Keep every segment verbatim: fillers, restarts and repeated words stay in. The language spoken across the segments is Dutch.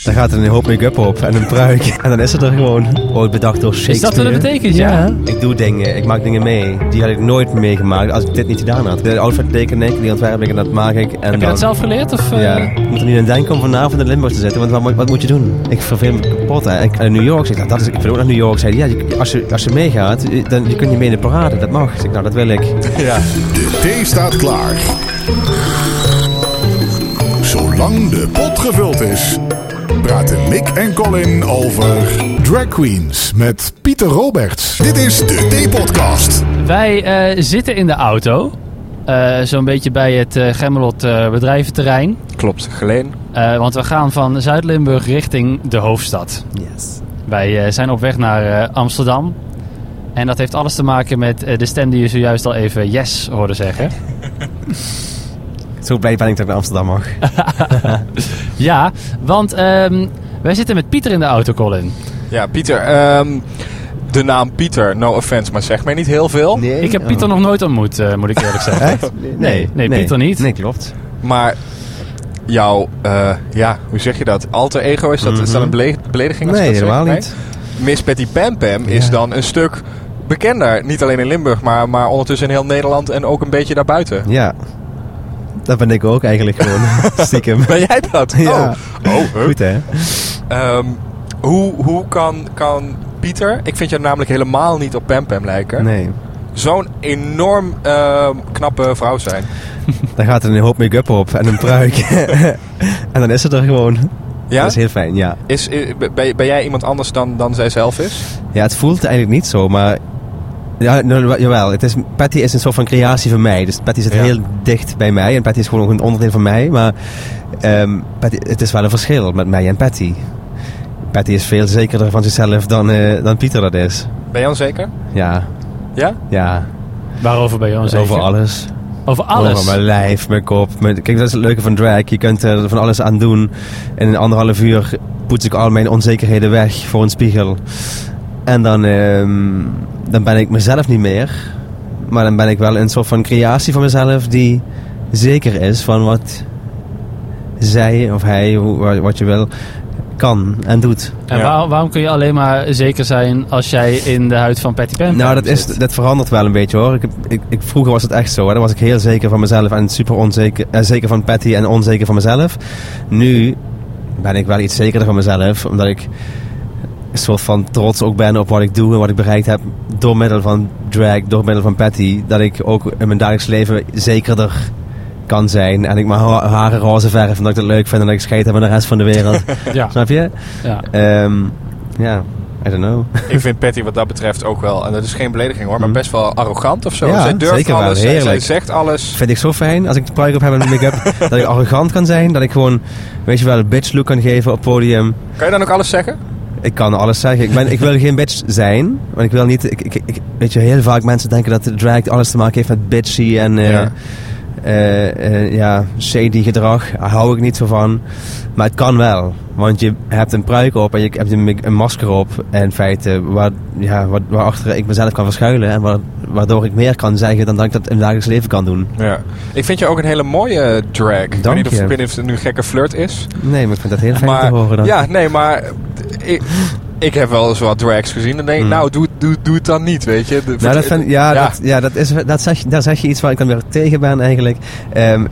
Dan gaat er een hoop make-up op en een pruik. En dan is het er gewoon. Ooit bedacht door Shakespeare. Is dat wat dat betekent, ja? ja? Ik doe dingen, ik maak dingen mee. Die had ik nooit meegemaakt als ik dit niet gedaan had. De outfit teken ik, die ontwerp ik en dat maak ik. En Heb je dan, dat zelf geleerd? Of, uh... Ja, ik moet er niet aan denken om vanavond in Limburg te zitten. Want wat, wat moet je doen? Ik verveel me kapot. Hè. Ik, in New York, zeg, dat is, ik wil ook naar New York. Zei, ja, je, als, je, als je meegaat, dan je kunt je mee in de parade. Dat mag. Zeg, nou, dat wil ik. Ja. De thee staat klaar. Zolang de pot gevuld is, praten Mick en Colin over Drag Queens met Pieter Roberts. Dit is de Thee-podcast. Wij uh, zitten in de auto. Uh, zo'n beetje bij het uh, Gemmelot uh, bedrijventerrein. Klopt, Geleen. Uh, want we gaan van Zuid-Limburg richting de hoofdstad. Yes. Wij uh, zijn op weg naar uh, Amsterdam. En dat heeft alles te maken met uh, de stem die je zojuist al even yes hoorde zeggen. Zo blij ben ik dat ik naar Amsterdam mag. Ja, want um, wij zitten met Pieter in de auto, Colin. Ja, Pieter. Um, de naam Pieter, no offense, maar zeg mij niet heel veel. Nee? Ik heb oh. Pieter nog nooit ontmoet, uh, moet ik eerlijk zeggen. Echt? Nee, nee, nee, nee, Pieter niet. Nee, klopt. Maar jouw, uh, ja, hoe zeg je dat? Alter ego, is dat, mm-hmm. is dat een bele- belediging? Als nee, dat helemaal nee? niet. Miss Patty Pam Pam ja. is dan een stuk bekender. Niet alleen in Limburg, maar, maar ondertussen in heel Nederland en ook een beetje daarbuiten. Ja. Dat ben ik ook eigenlijk gewoon. Stiekem. Ben jij dat? Ja. Oh, oh huh. Goed hè? Um, hoe hoe kan, kan Pieter, ik vind jou namelijk helemaal niet op Pam Pam lijken. Nee. Zo'n enorm uh, knappe vrouw zijn. Dan gaat er een hoop make-up op en een pruik. En dan is het er gewoon. Ja? Dat is heel fijn, ja. Is, ben, ben jij iemand anders dan, dan zij zelf is? Ja, het voelt eigenlijk niet zo, maar... Ja, nou, jawel. Het is, Patty is een soort van creatie van mij. Dus Patty zit ja. heel dicht bij mij. En Patty is gewoon ook een onderdeel van mij. Maar um, Patty, het is wel een verschil met mij en Patty. Patty is veel zekerder van zichzelf dan, uh, dan Pieter dat is. Ben je onzeker? Ja. Ja? Ja. Waarover ben je onzeker? Over alles. Over alles? Over mijn lijf, mijn kop. Mijn, kijk, dat is het leuke van drag. Je kunt er van alles aan doen. In een anderhalf uur poets ik al mijn onzekerheden weg voor een spiegel. En dan, um, dan ben ik mezelf niet meer. Maar dan ben ik wel een soort van creatie van mezelf die zeker is van wat zij of hij, hoe, wat je wil, kan en doet. En ja. waar, waarom kun je alleen maar zeker zijn als jij in de huid van Patty Pam Pam Nou, dat, is, zit? dat verandert wel een beetje hoor. Ik, ik, ik, vroeger was het echt zo. Hè. Dan was ik heel zeker van mezelf en super onzeker, eh, zeker van Patty en onzeker van mezelf. Nu ben ik wel iets zekerder van mezelf, omdat ik een soort van trots ook ben op wat ik doe en wat ik bereikt heb door middel van drag, door middel van Patty. Dat ik ook in mijn dagelijks leven zekerder kan zijn. En ik mijn ha- haren roze verf omdat ik het leuk vind en dat ik scheid heb aan de rest van de wereld. Ja. Snap je? Ja. Um, ja, I don't know. Ik vind Patty wat dat betreft ook wel, en dat is geen belediging hoor, maar best wel arrogant of zo. Ja, zij durft zeker alles, wel, zij, zij zegt alles. Vind ik zo fijn als ik de pruik op heb en de make-up. Dat ik arrogant kan zijn. Dat ik gewoon, weet je wel, een bitch look kan geven op het podium. Kan je dan ook alles zeggen? Ik kan alles zeggen. Ik, ben, ik wil geen bitch zijn. Want ik wil niet... Ik, ik, ik, weet je, heel vaak mensen denken dat de drag alles te maken heeft met bitchy en... Uh, ja. Uh, uh, ja, shady gedrag. Daar hou ik niet zo van. Maar het kan wel. Want je hebt een pruik op en je hebt een, een masker op. En in feite, waar, ja, waar, waarachter ik mezelf kan verschuilen. En waar, waardoor ik meer kan zeggen dan dat ik dat in het dagelijks leven kan doen. Ja. Ik vind je ook een hele mooie drag. Ik weet niet of, ik weet niet of het nu een gekke flirt is. Nee, maar ik vind dat heel fijn maar, te horen dan. Ja, nee, maar... Ik, ik heb wel eens wat drags gezien en denk ik, mm. nou, doe, doe, doe het dan niet, weet je. De, nou, dat vind, ja, ja. Dat, ja dat is, dat zeg, daar zeg je iets waar ik dan weer tegen ben eigenlijk. Um,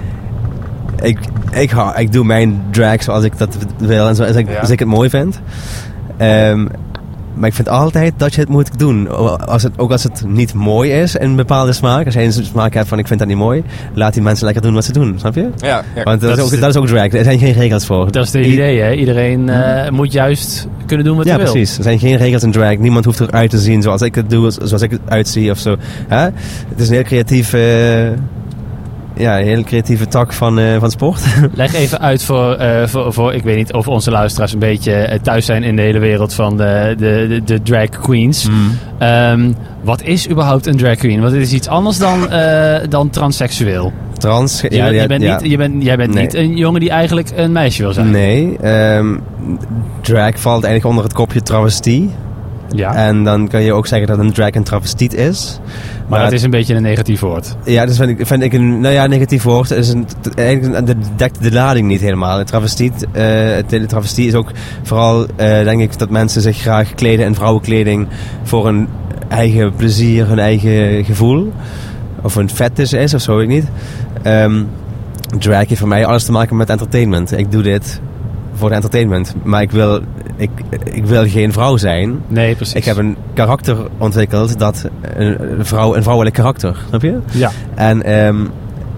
ik, ik, ha, ik doe mijn drag zoals ik dat wil en zoals ik, ja. als ik het mooi vind. Um, maar ik vind altijd dat je het moet doen. Als het, ook als het niet mooi is in een bepaalde smaak. Als jij een smaak hebt van ik vind dat niet mooi. Laat die mensen lekker doen wat ze doen. Snap je? Ja, ja. Want dat, dat, is ook, is dat is ook drag. Er zijn geen regels voor. Dat is het idee, hè? Iedereen uh, moet juist kunnen doen wat ja, hij wil. Ja, precies. Er zijn geen regels in drag. Niemand hoeft eruit te zien zoals ik het doe. Zoals ik het uitzie of zo. Hè? Het is een heel creatief... Uh, Ja, een hele creatieve tak van, uh, van sport. Leg even uit voor, uh, voor, voor, ik weet niet of onze luisteraars een beetje uh, thuis zijn in de hele wereld van de, de, de, de drag queens. Mm. Um, wat is überhaupt een drag queen? Want het is iets anders dan, uh, dan transseksueel. Trans? Je, ja, bent, ja, je bent, ja. niet, je bent, jij bent nee. niet een jongen die eigenlijk een meisje wil zijn. Nee, um, drag valt eigenlijk onder het kopje travestie. Ja. En dan kan je ook zeggen dat een drag een travestiet is. Maar, Maar dat het- is een beetje een negatief woord. Ja, dat vind ik, vind ik een nou ja, negatief woord. Is een, eigenlijk de- dekt de lading niet helemaal. Een travestiet, uh, het hele travestie is ook vooral, uh, denk ik, dat mensen zich graag kleden in vrouwenkleding voor hun eigen plezier, hun eigen gevoel. Of een fetish is, of zo, weet ik niet. Um, drag heeft voor mij alles te maken met entertainment. Ik doe dit voor de entertainment. Maar ik wil, ik, ik wil geen vrouw zijn. Nee, precies. Ik heb een karakter ontwikkeld dat een, een, vrouw, een vrouwelijk karakter, snap je? Ja. En um,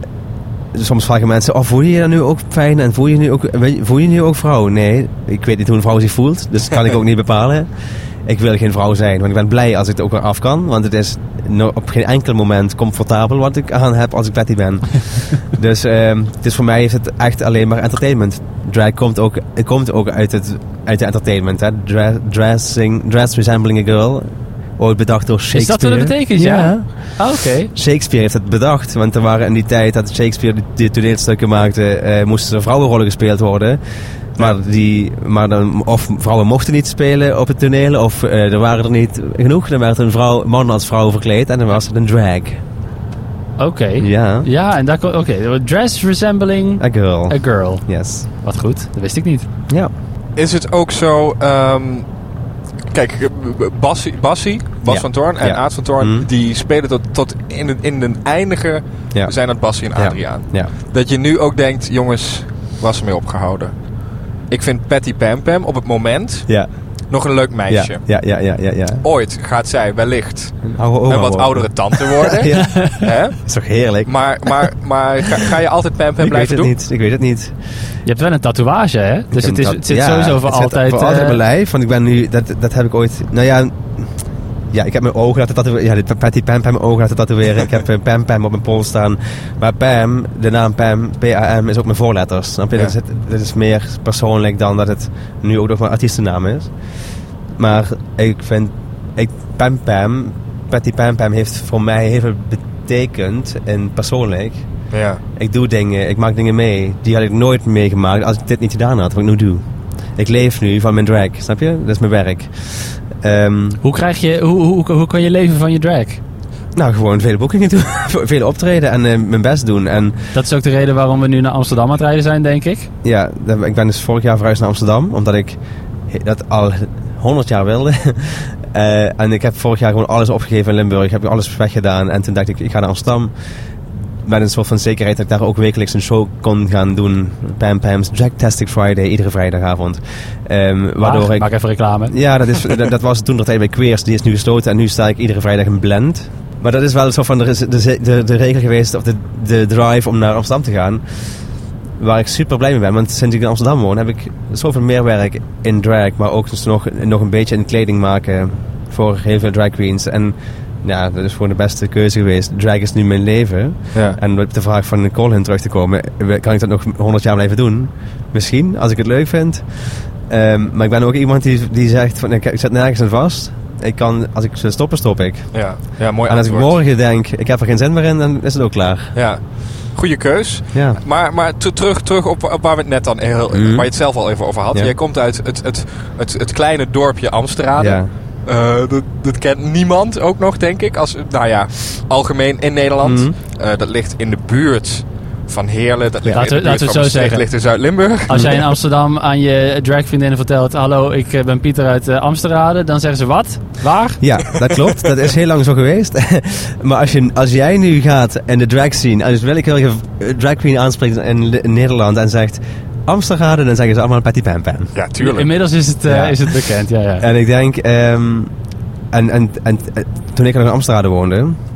soms vragen mensen, oh, voel je je dan nu ook fijn en voel je nu ook, voel je nu ook vrouw? Nee, ik weet niet hoe een vrouw zich voelt, dus dat kan ik ook niet bepalen. Ik wil geen vrouw zijn, want ik ben blij als ik het ook af kan. Want het is no, op geen enkel moment comfortabel wat ik aan heb als ik Betty ben. Dus um, dus voor mij is het echt alleen maar entertainment. Drag komt ook, het komt ook uit, het, uit de entertainment. Hè? Dra- dressing, dress resembling a girl. Ooit bedacht door Shakespeare. Is dat wat het betekent? Ja. ja. Ah, oké. Okay. Shakespeare heeft het bedacht. Want er waren in die tijd dat Shakespeare die, die toneelstukken maakte, uh, moesten er vrouwenrollen gespeeld worden. Maar, die, maar dan, of vrouwen mochten niet spelen op het toneel, of uh, er waren er niet genoeg. Dan werd een vrouw, man als vrouw verkleed en dan was het een drag. Oké. Okay. Ja. Ja, en daar komt... Oké, okay. Dress resembling... A girl. A girl. Yes. Wat goed, dat wist ik niet. Ja. Is het ook zo... Um, kijk, Bassie, Bassie Bas ja. van Toorn en ja. Aad van Toorn, mm. die spelen tot, tot in, de, in de eindige... Ja. Zijn dat Bassie en Adriaan. Ja. Ja. Dat je nu ook denkt, jongens, was ermee opgehouden. Ik vind Patty Pam Pam op het moment ja. nog een leuk meisje. Ja, ja, ja, ja, ja. Ooit gaat zij wellicht oh, oh, een wat oh, oh. oudere tante worden. ja. Hè? Dat is toch heerlijk. Maar, maar, maar ga, ga je altijd Pam Pam ik blijven weet het doen? Niet. Ik weet het niet. Je hebt wel een tatoeage, hè? Dus het, is, het zit ja, sowieso voor het altijd... voor altijd uh, op mijn lijf. Want ik ben nu... Dat, dat heb ik ooit... Nou ja... Ja, ik heb mijn ogen laten tatoeëren. Ja, dit Patty Pam Pam mijn ogen laten tatoeëren. Ik heb Pam Pam op mijn pols staan. Maar Pam, de naam Pam, P A M, is ook mijn voorletters. Snap je? Ja. Dat, is, dat is meer persoonlijk dan dat het nu ook nog mijn artiestennaam is. Maar ik vind... Ik, Pam Pam, Patty Pam Pam heeft voor mij heel veel betekend. En persoonlijk. Ja. Ik doe dingen, ik maak dingen mee. Die had ik nooit meegemaakt als ik dit niet gedaan had, wat ik nu doe. Ik leef nu van mijn drag, snap je? Dat is mijn werk. Um, hoe, krijg je, hoe, hoe, hoe kan je leven van je drag? Nou, gewoon vele boekingen doen. Vele optreden en uh, mijn best doen. En dat is ook de reden waarom we nu naar Amsterdam aan het rijden zijn, denk ik? Ja, ik ben dus vorig jaar verhuisd naar Amsterdam. Omdat ik dat al honderd jaar wilde. uh, en ik heb vorig jaar gewoon alles opgegeven in Limburg. Ik heb alles weggedaan. En toen dacht ik, ik ga naar Amsterdam. Met een soort van zekerheid dat ik daar ook wekelijks een show kon gaan doen. Pam Pam's Dragtastic Friday, iedere vrijdagavond. Um, waardoor Maak, ik, maak even reclame. Ja, dat, is, dat, dat was toen nog tijd bij Queers. Die is nu gesloten en nu sta ik iedere vrijdag in Blend. Maar dat is wel zo van, er is de, de, de regel geweest, of de, de drive om naar Amsterdam te gaan. Waar ik super blij mee ben. Want sinds ik in Amsterdam woon heb ik zoveel meer werk in drag. Maar ook dus nog, nog een beetje in kleding maken voor heel veel drag queens. En ja, dat is gewoon de beste keuze geweest. Drag is nu mijn leven. Ja. En op de vraag van Colin terug te komen, kan ik dat nog honderd jaar blijven doen? Misschien, als ik het leuk vind. Um, maar ik ben ook iemand die, die zegt, van, ik, ik zit nergens aan vast. Ik kan, als ik wil stoppen, stop ik. Ja, ja, mooi en als antwoord. ik morgen denk, ik heb er geen zin meer in, dan is het ook klaar. Ja, goede keus. Ja. Maar, maar t- terug, terug op, op waar we het net dan, heel, mm. waar je het zelf al even over had. Ja. Jij komt uit het, het, het, het kleine dorpje Amsterdam. Ja. Uh, dat, dat kent niemand ook nog, denk ik. Als, nou ja, algemeen in Nederland. Mm. Uh, dat ligt in de buurt van Heerlen. Dat ligt laten in de buurt we het van zo zeggen. ligt in Zuid-Limburg. Als jij in Amsterdam aan je dragvriendinnen vertelt, hallo, ik ben Pieter uit uh, Amsterdam, dan zeggen ze wat? Waar? Ja, dat klopt. Dat is heel lang zo geweest. Maar als, je, als jij nu gaat in de drag scene, als wil ik een drag queen aanspreekt in, in Nederland en zegt Amsterdam, dan zeggen ze allemaal Patty Pam Pam. Ja, tuurlijk. Inmiddels is het, uh, ja. is het bekend, ja, ja. En ik denk, um, en, en, en toen ik nog in Amsterdam woonde,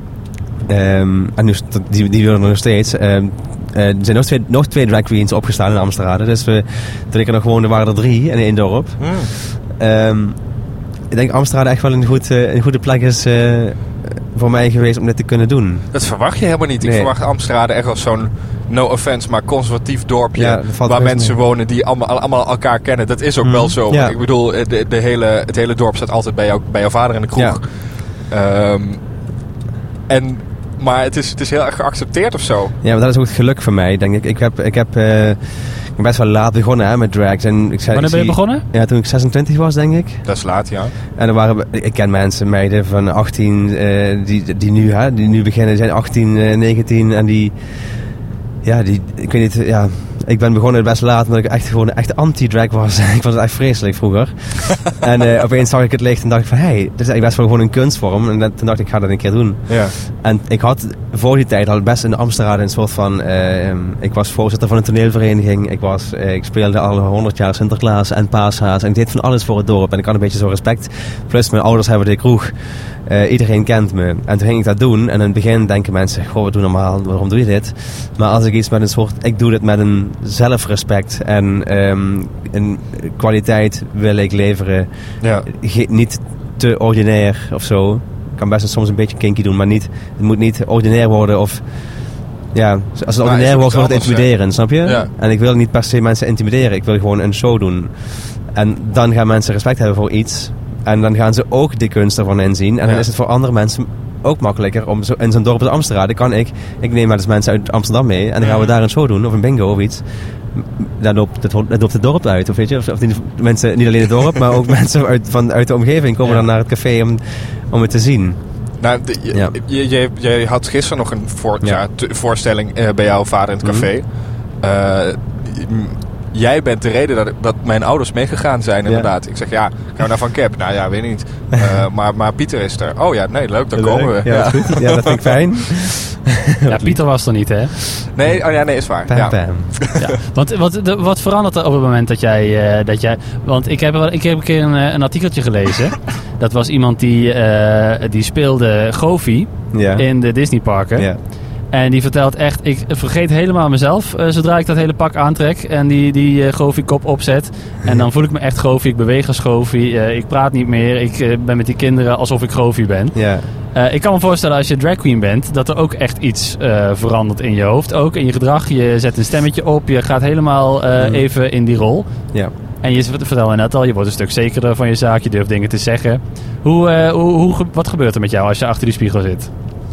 um, en nu, die, die wilden nog steeds, um, Uh, er zijn nog twee, nog twee drag queens opgestaan in Amsterdam. Dus we, toen ik er nog woonde waren er drie in één dorp. Mm. Um, ik denk Amsterdam echt wel een, goed, uh, een goede plek is uh, voor mij geweest om dit te kunnen doen. Dat verwacht je helemaal niet. Nee. Ik verwacht Amsterdam echt als zo'n, no offense, maar conservatief dorpje. Ja, waar mensen mee. wonen die allemaal, allemaal elkaar kennen. Dat is ook mm. wel zo. Ja. Ik bedoel, de, de hele, het hele dorp staat altijd bij, jou, bij jouw vader in de kroeg. Ja. Um, en... maar het is, het is heel erg geaccepteerd of zo. Ja, maar dat is ook het geluk voor mij, denk ik. Ik heb... Ik heb uh, Ik ben best wel laat begonnen hè, met drags. En ik zei, Wanneer ben je zie, begonnen? Ja, toen ik zesentwintig was, denk ik. Dat is laat, ja. En er waren, ik ken mensen, meiden van achttien, uh, die, die, nu, hè, die nu beginnen, zijn achttien, uh, negentien. En die, ja, die, ik weet niet, ja... Ik ben begonnen best laat, omdat ik echt gewoon echt anti-drag was. Ik vond het echt vreselijk vroeger. En uh, opeens zag ik het licht en dacht ik van... Hé, hey, dit is eigenlijk best wel gewoon een kunstvorm. En dat, toen dacht ik, ik ga dat een keer doen. Ja. En ik had voor die tijd al best in Amsterdam een soort van... Uh, um, ik was voorzitter van een toneelvereniging. Ik, was, uh, ik speelde al honderd jaar Sinterklaas en Paashaas. En ik deed van alles voor het dorp. En ik had een beetje zo respect. Plus mijn ouders hebben de kroeg. Uh, iedereen kent me. En toen ging ik dat doen. En in het begin denken mensen... Goh, wat doe normaal? Waarom doe je dit? Maar als ik iets met een soort... Ik doe dit met een zelfrespect. En um, een kwaliteit wil ik leveren. Ja. Ge- niet te ordinair of zo. Ik kan best soms een beetje kinky doen. Maar niet, het moet niet ordinair worden of... Ja, als het ordinair wordt, wordt het intimiderend, snap je? Ja. En ik wil niet per se mensen intimideren. Ik wil gewoon een show doen. En dan gaan mensen respect hebben voor iets... En dan gaan ze ook de kunst ervan inzien. En dan ja. is het voor andere mensen ook makkelijker om zo in zo'n dorp als Amsterdam. Dan kan ik, ik neem maar eens mensen uit Amsterdam mee. En dan gaan we daar een show doen. Of een bingo of iets. Dan loopt het, dat loopt het dorp uit. Of weet je, of, of die mensen, niet alleen het dorp, maar ook mensen uit, van, uit de omgeving komen ja. dan naar het café om, om het te zien. Nou, de, je, ja. je, je, je had gisteren nog een voor, ja. Ja, te, voorstelling uh, bij jouw vader in het café. Mm-hmm. Uh, Jij bent de reden dat, dat mijn ouders meegegaan zijn, inderdaad. Ja. Ik zeg, ja, gaan we naar Van Cap? Nou ja, weet ik niet. Uh, maar, maar Pieter is er. Oh ja, nee, leuk, dan leuk. komen we. Ja, ja. Dat, ja, dat vind ik fijn. Ja, Pieter was er niet, hè? Nee, oh ja, nee, is waar. Pam, ja. pam. Ja, want wat, de, wat verandert er op het moment dat jij... Uh, dat jij want ik heb, ik heb een keer een, een artikeltje gelezen. Dat was iemand die, uh, die speelde Goofy ja. in de Disneyparken. Ja. En die vertelt echt, ik vergeet helemaal mezelf uh, zodra ik dat hele pak aantrek en die, die uh, Goofy-kop opzet. En dan voel ik me echt Goofy, ik beweeg als Goofy, uh, ik praat niet meer, ik uh, ben met die kinderen alsof ik Goofy ben. Ja. Uh, ik kan me voorstellen als je drag queen bent, dat er ook echt iets uh, verandert in je hoofd. Ook in je gedrag, je zet een stemmetje op, je gaat helemaal uh, mm. even in die rol. Ja. En je vertelde net al, je wordt een stuk zekerder van je zaak, je durft dingen te zeggen. Hoe, uh, hoe, hoe, wat gebeurt er met jou als je achter die spiegel zit?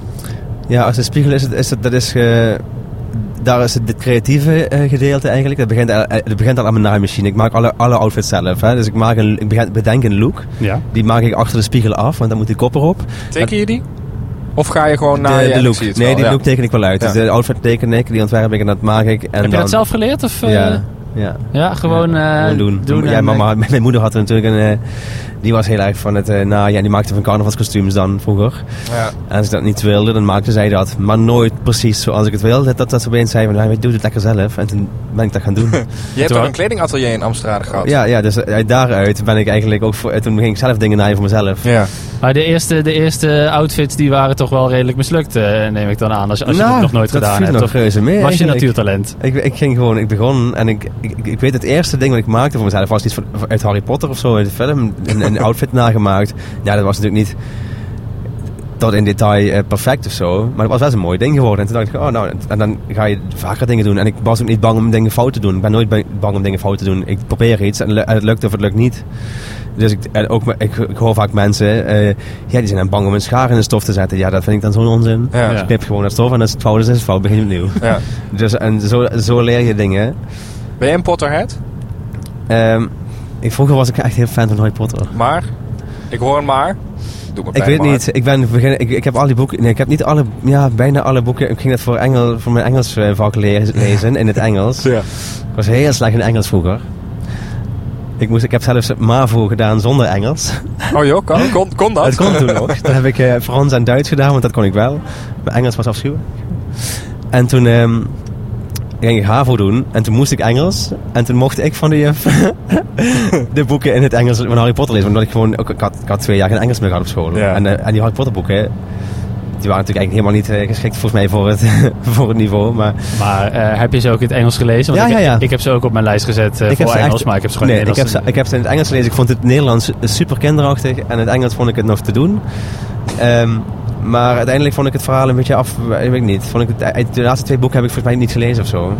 Ja, als een spiegel is het, is het dat is uh, daar is het, het creatieve uh, gedeelte eigenlijk. Dat begint, uh, dat begint al aan mijn naaimachine. Ik maak alle, alle outfits zelf. Hè. Dus ik, maak een, ik begin, bedenk een look. Ja. Die maak ik achter de spiegel af, want dan moet die kop erop. Teken je die? Of ga je gewoon naar de, de look? Nee, wel, die ja. look teken ik wel uit. Ja. Dus de outfit teken ik, die ontwerp ik en dat maak ik. En Heb dan, je dat zelf geleerd? Of, uh... Ja. Ja. ja, gewoon, uh, ja, gewoon doen. doen ja, mama, mijn moeder had er natuurlijk een... Uh, die was heel erg van het... Uh, nou ja, die maakte van carnavalskostuums dan vroeger. Ja. En als ik dat niet wilde, dan maakte zij dat. Maar nooit precies zoals ik het wilde. Dat, dat ze opeens zei van, nou, doe het lekker zelf. En toen ben ik dat gaan doen. Je hebt ook een kledingatelier in Amsterdam gehad. Ja, ja, dus uit daaruit ben ik eigenlijk ook... Voor, toen ging ik zelf dingen naaien voor mezelf. Ja. Maar de eerste, de eerste outfits, die waren toch wel redelijk mislukt, uh, neem ik dan aan. Als, als nou, je het nog nooit dat gedaan hebt. Nog reuze mee, was je natuurtalent? Ik, ik, ik ging gewoon, ik begon en ik, ik, ik weet het eerste ding wat ik maakte voor mezelf was iets van, uit Harry Potter of zo, uit de film. Een, een outfit nagemaakt. Ja, dat was natuurlijk niet tot in detail uh, perfect of zo. Maar het was wel een mooi ding geworden. En toen dacht ik, oh nou, en dan ga je vaker dingen doen. En ik was ook niet bang om dingen fout te doen. Ik ben nooit bang om dingen fout te doen. Ik probeer iets en het lukt of het lukt niet. Dus ik, en ook, ik, ik hoor vaak mensen, uh, ja, die zijn dan bang om een schaar in de stof te zetten. Ja, dat vind ik dan zo'n onzin. Ja. Dus knip gewoon naar stof en als het fout is, is het fout. Begin je opnieuw. Ja. Dus, en zo, zo leer je dingen. Ben je een Potterhead? Um, ik, vroeger was ik echt heel fan van Harry Potter. Maar? Ik hoor een maar. Doe me ik weet maar. niet. Ik ben begin, ik, ik heb al die boeken. Nee, ik heb niet alle. Ja, bijna alle boeken. Ik ging dat voor Engel, voor mijn Engels uh, vak lezen in het Engels. Ja. Ik was heel slecht in Engels vroeger. Ik, moest, ik heb zelfs MAVO gedaan zonder Engels. Oh joh, kon, kon, kon dat? Het kon toen nog. Toen heb ik uh, Frans en Duits gedaan, want dat kon ik wel. Maar Engels was afschuwelijk. En toen um, ging ik HAVO doen en toen moest ik Engels. En toen mocht ik van de juf de boeken in het Engels van Harry Potter lezen. Omdat ik gewoon, ik had, ik had twee jaar geen Engels meer gehad op school. Ja. En, uh, en die Harry Potter boeken, die waren natuurlijk eigenlijk helemaal niet uh, geschikt volgens mij voor het, voor het niveau. Maar, maar uh, heb je ze ook in het Engels gelezen? Want ja, ik, ja, ja. ik heb ze ook op mijn lijst gezet uh, voor Engels, echt, maar ik heb ze gewoon nee, in het Nederlands. Ik heb, ze, ik heb ze in het Engels gelezen. Ik vond het Nederlands super kinderachtig. En in het Engels vond ik het nog te doen. Um, maar uiteindelijk vond ik het verhaal een beetje af. Ik weet niet. Vond ik het, de laatste twee boeken heb ik volgens mij niet gelezen of zo.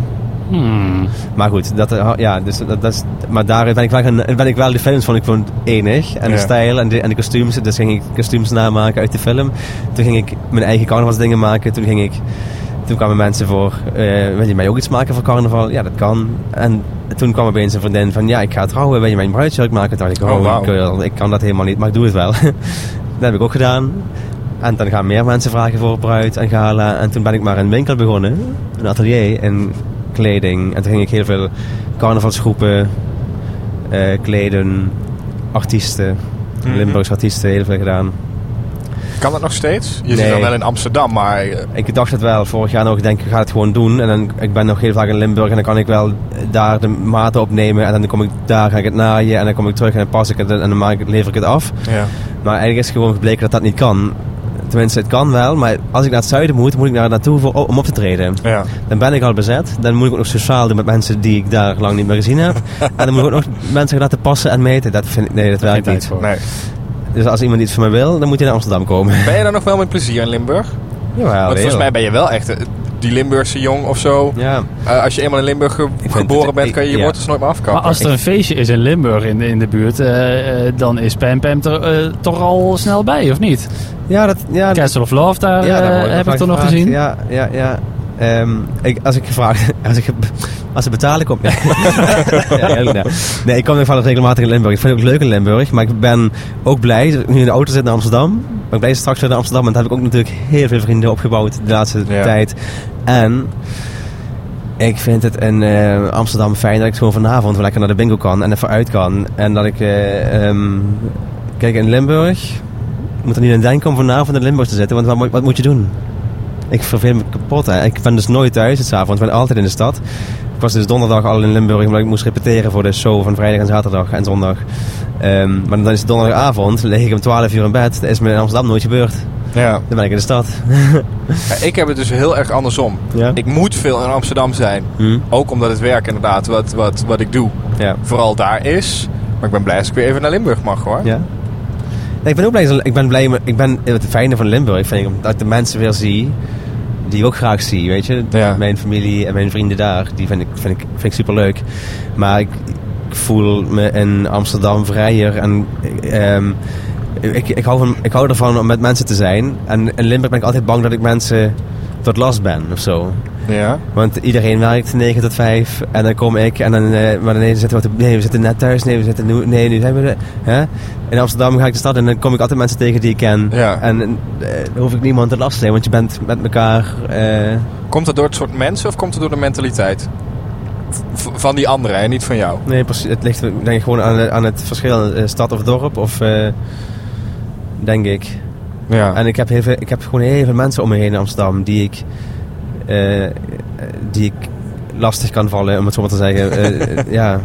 Hmm. Maar goed, dat, ja, dus, dat, dat is, maar daar ben ik, wel, ben ik wel, de films vond ik gewoon enig. En de ja. stijl en de, en de kostuums. Dus ging ik kostuums namaken uit de film. Toen ging ik mijn eigen carnavalsdingen maken. Toen ging ik, toen kwamen mensen voor, uh, wil je mij ook iets maken voor carnaval? Ja, dat kan. En toen kwam opeens een vriendin van, ja, ik ga trouwen, wil je mijn bruidsjurk maken? Toen dacht ik, oh, oh wow. girl, ik kan dat helemaal niet, maar ik doe het wel. Dat heb ik ook gedaan. En dan gaan meer mensen vragen voor bruid en gala. En toen ben ik maar een winkel begonnen. Een atelier en kleding. En toen ging ik heel veel carnavalsgroepen, uh, kleden, artiesten, mm-hmm. Limburgse artiesten, heel veel gedaan. Kan dat nog steeds? Je nee. zit dan wel in Amsterdam, maar... Uh... Ik dacht het wel. Vorig jaar nog, ik denk, ik ga het gewoon doen. En dan, ik ben nog heel vaak in Limburg en dan kan ik wel daar de maten opnemen. En dan kom ik daar, ga ik het naaien. En dan kom ik terug en dan pas ik het en dan maak ik, lever ik het af. Ja. Maar eigenlijk is gewoon gebleken dat dat niet kan. Tenminste, het kan wel, maar als ik naar het zuiden moet, moet ik daar naartoe voor, om op te treden. Ja. Dan ben ik al bezet. Dan moet ik ook nog sociaal doen met mensen die ik daar lang niet meer gezien heb. En dan moet ik ook nog mensen laten passen en meten. Dat vind ik, nee, dat werkt niet. Nee. Dus als iemand iets van mij wil, dan moet hij naar Amsterdam komen. Ben je dan nog wel met plezier in Limburg? Ja, Want volgens mij ben je wel echt die Limburgse jong of zo. Ja. Uh, als je eenmaal in Limburg ge- geboren het, bent, ik, kan je je ja. wortels nooit meer afkappen. Maar als er een feestje is in Limburg in de, in de buurt, uh, uh, dan is Pam Pam er uh, toch al snel bij, of niet? Ja, dat... Ja, Castle of Love, daar, ja, daar uh, heb ik toch nog gezien. Ja, ja, ja. Um, ik, als ik gevraagd... Als, ik, als ze betalen, kom ik... ja, ja, nee, ik kom nog wel regelmatig in Limburg. Ik vind het ook leuk in Limburg. Maar ik ben ook blij, dat ik nu in de auto zit naar Amsterdam. Ben ik blij straks weer naar Amsterdam. En daar heb ik ook natuurlijk heel veel vrienden opgebouwd de laatste ja. tijd. En... Ik vind het in uh, Amsterdam fijn dat ik gewoon vanavond wel lekker naar de bingo kan. En even uit kan. En dat ik... Uh, um, kijk, in Limburg... Ik moet er niet aan denken om vanavond in Limburg te zitten. Want wat, wat moet je doen? Ik verveel me kapot. Hè. Ik ben dus nooit thuis het avond. Ik ben altijd in de stad. Ik was dus donderdag al in Limburg. Omdat ik moest repeteren voor de show van vrijdag en zaterdag en zondag. Um, maar dan is het donderdagavond. Dan lig ik om twaalf uur in bed. Dat is me in Amsterdam nooit gebeurd. Ja. Dan ben ik in de stad. Ja, ik heb het dus heel erg andersom. Ja? Ik moet veel in Amsterdam zijn. Hmm. Ook omdat het werk inderdaad wat, wat, wat ik doe. Ja. Vooral daar is. Maar ik ben blij als ik weer even naar Limburg mag, hoor. Ja. Nee, ik ben ook blij. Ik ben blij. Ik ben het fijne van Limburg vind ik dat ik de mensen weer zie die ik ook graag zie, weet je. Ja. Mijn familie en mijn vrienden daar, die vind ik, vind ik, vind ik superleuk. Maar ik, ik voel me in Amsterdam vrijer en um, ik, ik, hou van, ik hou ervan om met mensen te zijn. En in Limburg ben ik altijd bang dat ik mensen tot last ben of zo. Ja. Want iedereen werkt negen tot vijf en dan kom ik en dan, uh, maar dan nee, zitten we, te, nee, we zitten net thuis, nee, we zitten nu, nee, nu zijn we de, hè? In Amsterdam ga ik de stad en dan kom ik altijd mensen tegen die ik ken. Ja. En uh, dan hoef ik niemand te last te zijn, want je bent met elkaar... Uh... Komt dat door het soort mensen of komt het door de mentaliteit? V- van die anderen en niet van jou? Nee, precies. Het ligt denk ik gewoon aan, aan het verschil uh, stad of dorp of uh, denk ik. Ja. En ik heb, heel veel, ik heb gewoon heel veel mensen om me heen in Amsterdam die ik... Uh, die ik lastig kan vallen, om het zo maar te zeggen. uh, ja.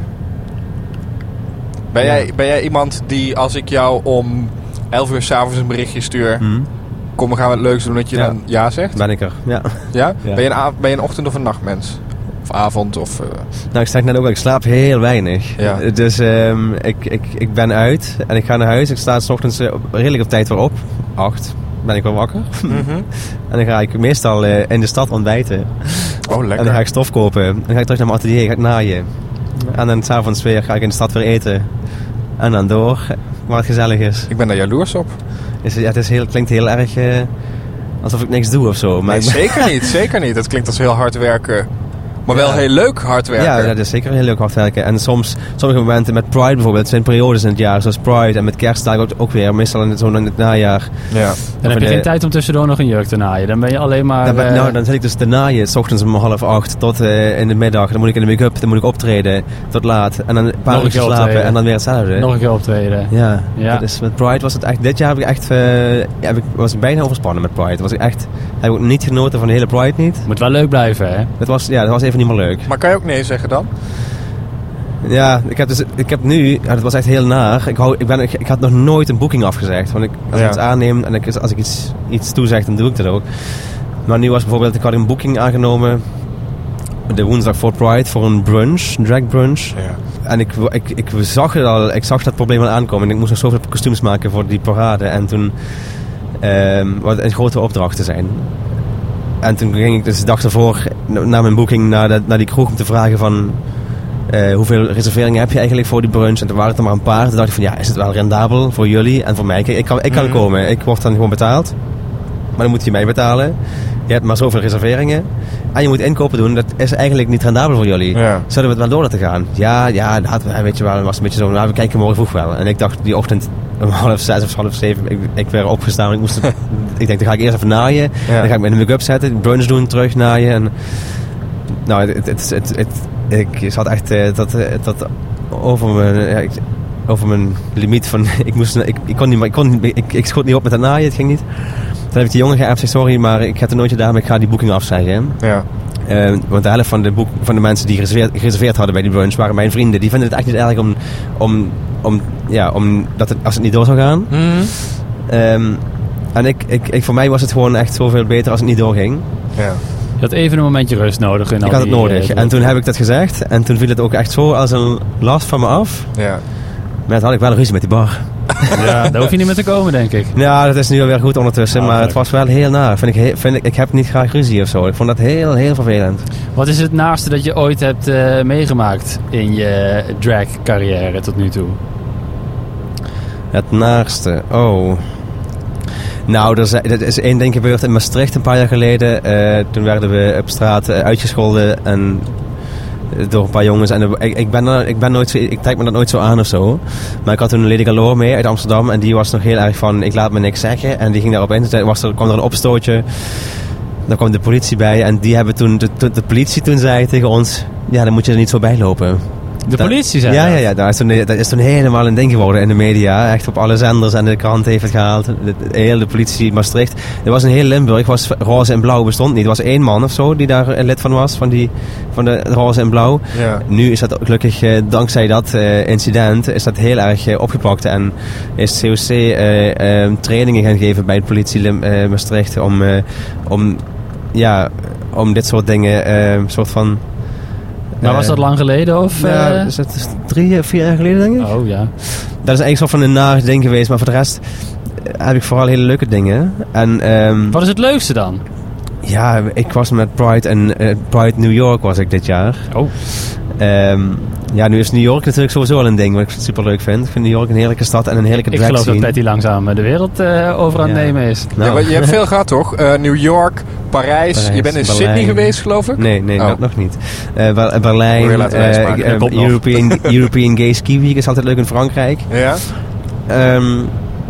Ben, ja. Jij, ben jij iemand die, als ik jou om elf uur 's avonds een berichtje stuur... Hmm. Kom, we gaan wat leuks doen, dat je ja. dan ja zegt? Ben ik er, ja. Ja? ja. Ben, je een, ben je een ochtend- of een nachtmens? Of avond? Of, uh... Nou, ik zeg net ook, ik slaap heel weinig. Ja. Dus um, ik, ik, ik ben uit en ik ga naar huis. Ik sta 's ochtends uh, redelijk op tijd weer op. Acht. Ben ik wel wakker. Mm-hmm. En dan ga ik meestal uh, in de stad ontbijten. Oh, lekker. En dan ga ik stof kopen. En dan ga ik terug naar mijn atelier, ga ik naaien. En dan 's avonds weer ga ik in de stad weer eten. En dan door, waar het gezellig is. Ik ben daar jaloers op. Is, ja, het is heel, klinkt heel erg uh, alsof ik niks doe of zo. Maar nee, zeker niet, zeker niet. Het klinkt als heel hard werken. Maar wel ja. heel leuk hard werken. Ja, dat is zeker heel leuk hard werken. En soms, sommige momenten met Pride bijvoorbeeld, het zijn periodes in het jaar, zoals Pride en met kerstdagen ook, ook weer, meestal in het, zo in het najaar. Ja. Dan heb je de, geen tijd om tussendoor nog een jurk te naaien. Dan ben je alleen maar... Dan, ben, uh, nou, dan zit ik dus te naaien, 's ochtends om half acht tot uh, in de middag. Dan moet ik in de make-up, dan moet ik optreden tot laat. En dan een paar uur slapen optreden. En dan weer hetzelfde. Nog een keer optreden. Ja, ja. Dus met Pride was het echt, dit jaar heb ik echt, uh, ja, heb ik, was ik bijna overspannen met Pride. Was ik echt, heb ik niet genoten van de hele Pride niet. Moet wel leuk blijven, hè? Dat was, ja, dat was even niet meer leuk. Maar kan je ook nee zeggen dan? Ja, ik heb, dus, ik heb nu... Ja, dat was echt heel naar. Ik, hou, ik, ben, ik, ik had nog nooit een boeking afgezegd. Want ik, als ja. ik iets aanneem en ik, als ik iets, iets toezeg, dan doe ik dat ook. Maar nu was bijvoorbeeld... Ik had een boeking aangenomen... de woensdag voor Pride voor een brunch. Een drag brunch. Ja. En ik, ik, ik, zag het al, ik zag dat probleem al aankomen. En ik moest nog zoveel kostuums maken voor die parade. En toen... Um, wat een grote opdracht te zijn. en toen ging ik dus de dag ervoor naar mijn boeking naar, de, naar die kroeg om te vragen van... Uh, hoeveel reserveringen heb je eigenlijk voor die brunch? En toen waren het er maar een paar. Toen dacht ik van ja, is het wel rendabel voor jullie en voor mij? Kijk, ik kan, ik kan mm. komen. Ik word dan gewoon betaald. Maar dan moet je mij betalen. Je hebt maar zoveel reserveringen. En je moet inkopen doen. Dat is eigenlijk niet rendabel voor jullie. Ja. Zouden we het wel door laten gaan? Ja, ja, dat weet je wel. Was een beetje zo. Nou, we kijken morgen vroeg wel. En ik dacht die ochtend om half zes of half zeven. Ik, ik werd opgestaan. Ik moest. Ik denk, dan ga ik eerst even naaien. Ja. Dan ga ik mijn make-up zetten. Brunch doen, terug naaien. En nou, het, het, het, het, ik zat echt uh, dat, dat over mijn, ja, ik, over mijn limiet van. Ik moest, ik, ik kon niet, ik kon, ik, ik schoot niet op met het naaien. Het ging niet. Toen heb ik die jongen geappt, zei sorry, maar ik heb het nooit gedaan, maar ik ga die boeking afzeggen. Ja. Uh, want de helft van de, boek, van de mensen die gereserveerd, gereserveerd hadden bij die brunch waren mijn vrienden. Die vinden het echt niet erg om, om, om, ja, om dat het, als het niet door zou gaan. Mm-hmm. Um, en ik, ik, ik, voor mij was het gewoon echt zoveel beter als het niet doorging. Ja. Je had even een momentje rust nodig. In ik had het die, nodig. Uh, en toen heb ik dat gezegd. En toen viel het ook echt zo als een last van me af. Ja. Maar toen had ik wel een ruzie met die bar. Ja, daar hoef je niet meer te komen, denk ik. Ja, dat is nu alweer goed ondertussen. Oh, maar leuk. Het was wel heel naar. Vind ik, he- vind ik, ik heb niet graag ruzie of zo. Ik vond dat heel, heel vervelend. Wat is het naarste dat je ooit hebt uh, meegemaakt in je drag carrière tot nu toe? Het naarste? Oh... Nou, er is, er is één ding gebeurd in Maastricht een paar jaar geleden. Uh, toen werden we op straat uh, uitgescholden en, uh, door een paar jongens. En uh, ik, ik, ben er, ik, ben nooit zo, ik trek me dat nooit zo aan of zo. Maar ik had toen een Lady Galore mee uit Amsterdam. En die was nog heel erg van, ik laat me niks zeggen. En die ging daarop in. Toen was er, kwam er een opstootje. Dan kwam de politie bij. En die hebben toen, de, de politie toen zei tegen ons... Ja, dan moet je er niet zo bij lopen. De politie zei ja, dat? Ja, ja, dat is, toen, dat is toen helemaal een ding geworden in de media. Echt op alle zenders en de krant heeft het gehaald. De, de hele politie Maastricht. Er was een heel Limburg, was roze en blauw bestond niet. Er was één man of zo die daar lid van was, van, die, van de roze en blauw. Ja. Nu is dat gelukkig, eh, dankzij dat uh, incident, is dat heel erg uh, opgepakt. En is C O C uh, uh, trainingen gaan geven bij de politie Lim, uh, Maastricht om, uh, om, ja, om dit soort dingen, uh, soort van... Maar was dat lang geleden? Of, ja, uh... is dat drie, vier jaar geleden, denk ik. Oh, ja. Dat is eigenlijk zo van een naar ding geweest. Maar voor de rest heb ik vooral hele leuke dingen. En, um, wat is het leukste dan? Ja, ik was met Pride en uh, Pride New York was ik dit jaar. Oh. Um, ja, nu is New York natuurlijk sowieso al een ding wat ik super leuk vind. Ik vind New York een heerlijke stad en een heerlijke drag scene. Ik geloof dat Patty langzaam de wereld uh, over aan het ja. nemen is. Nou. Ja, maar je hebt veel gehad, toch? Uh, New York, Parijs. Parijs. Je bent in Berlijn. Sydney geweest, geloof ik? Nee, nee, oh. dat nog niet. Uh, Berlijn, uh, uh, European, European Gay Ski Week is altijd leuk in Frankrijk. Ja. Um,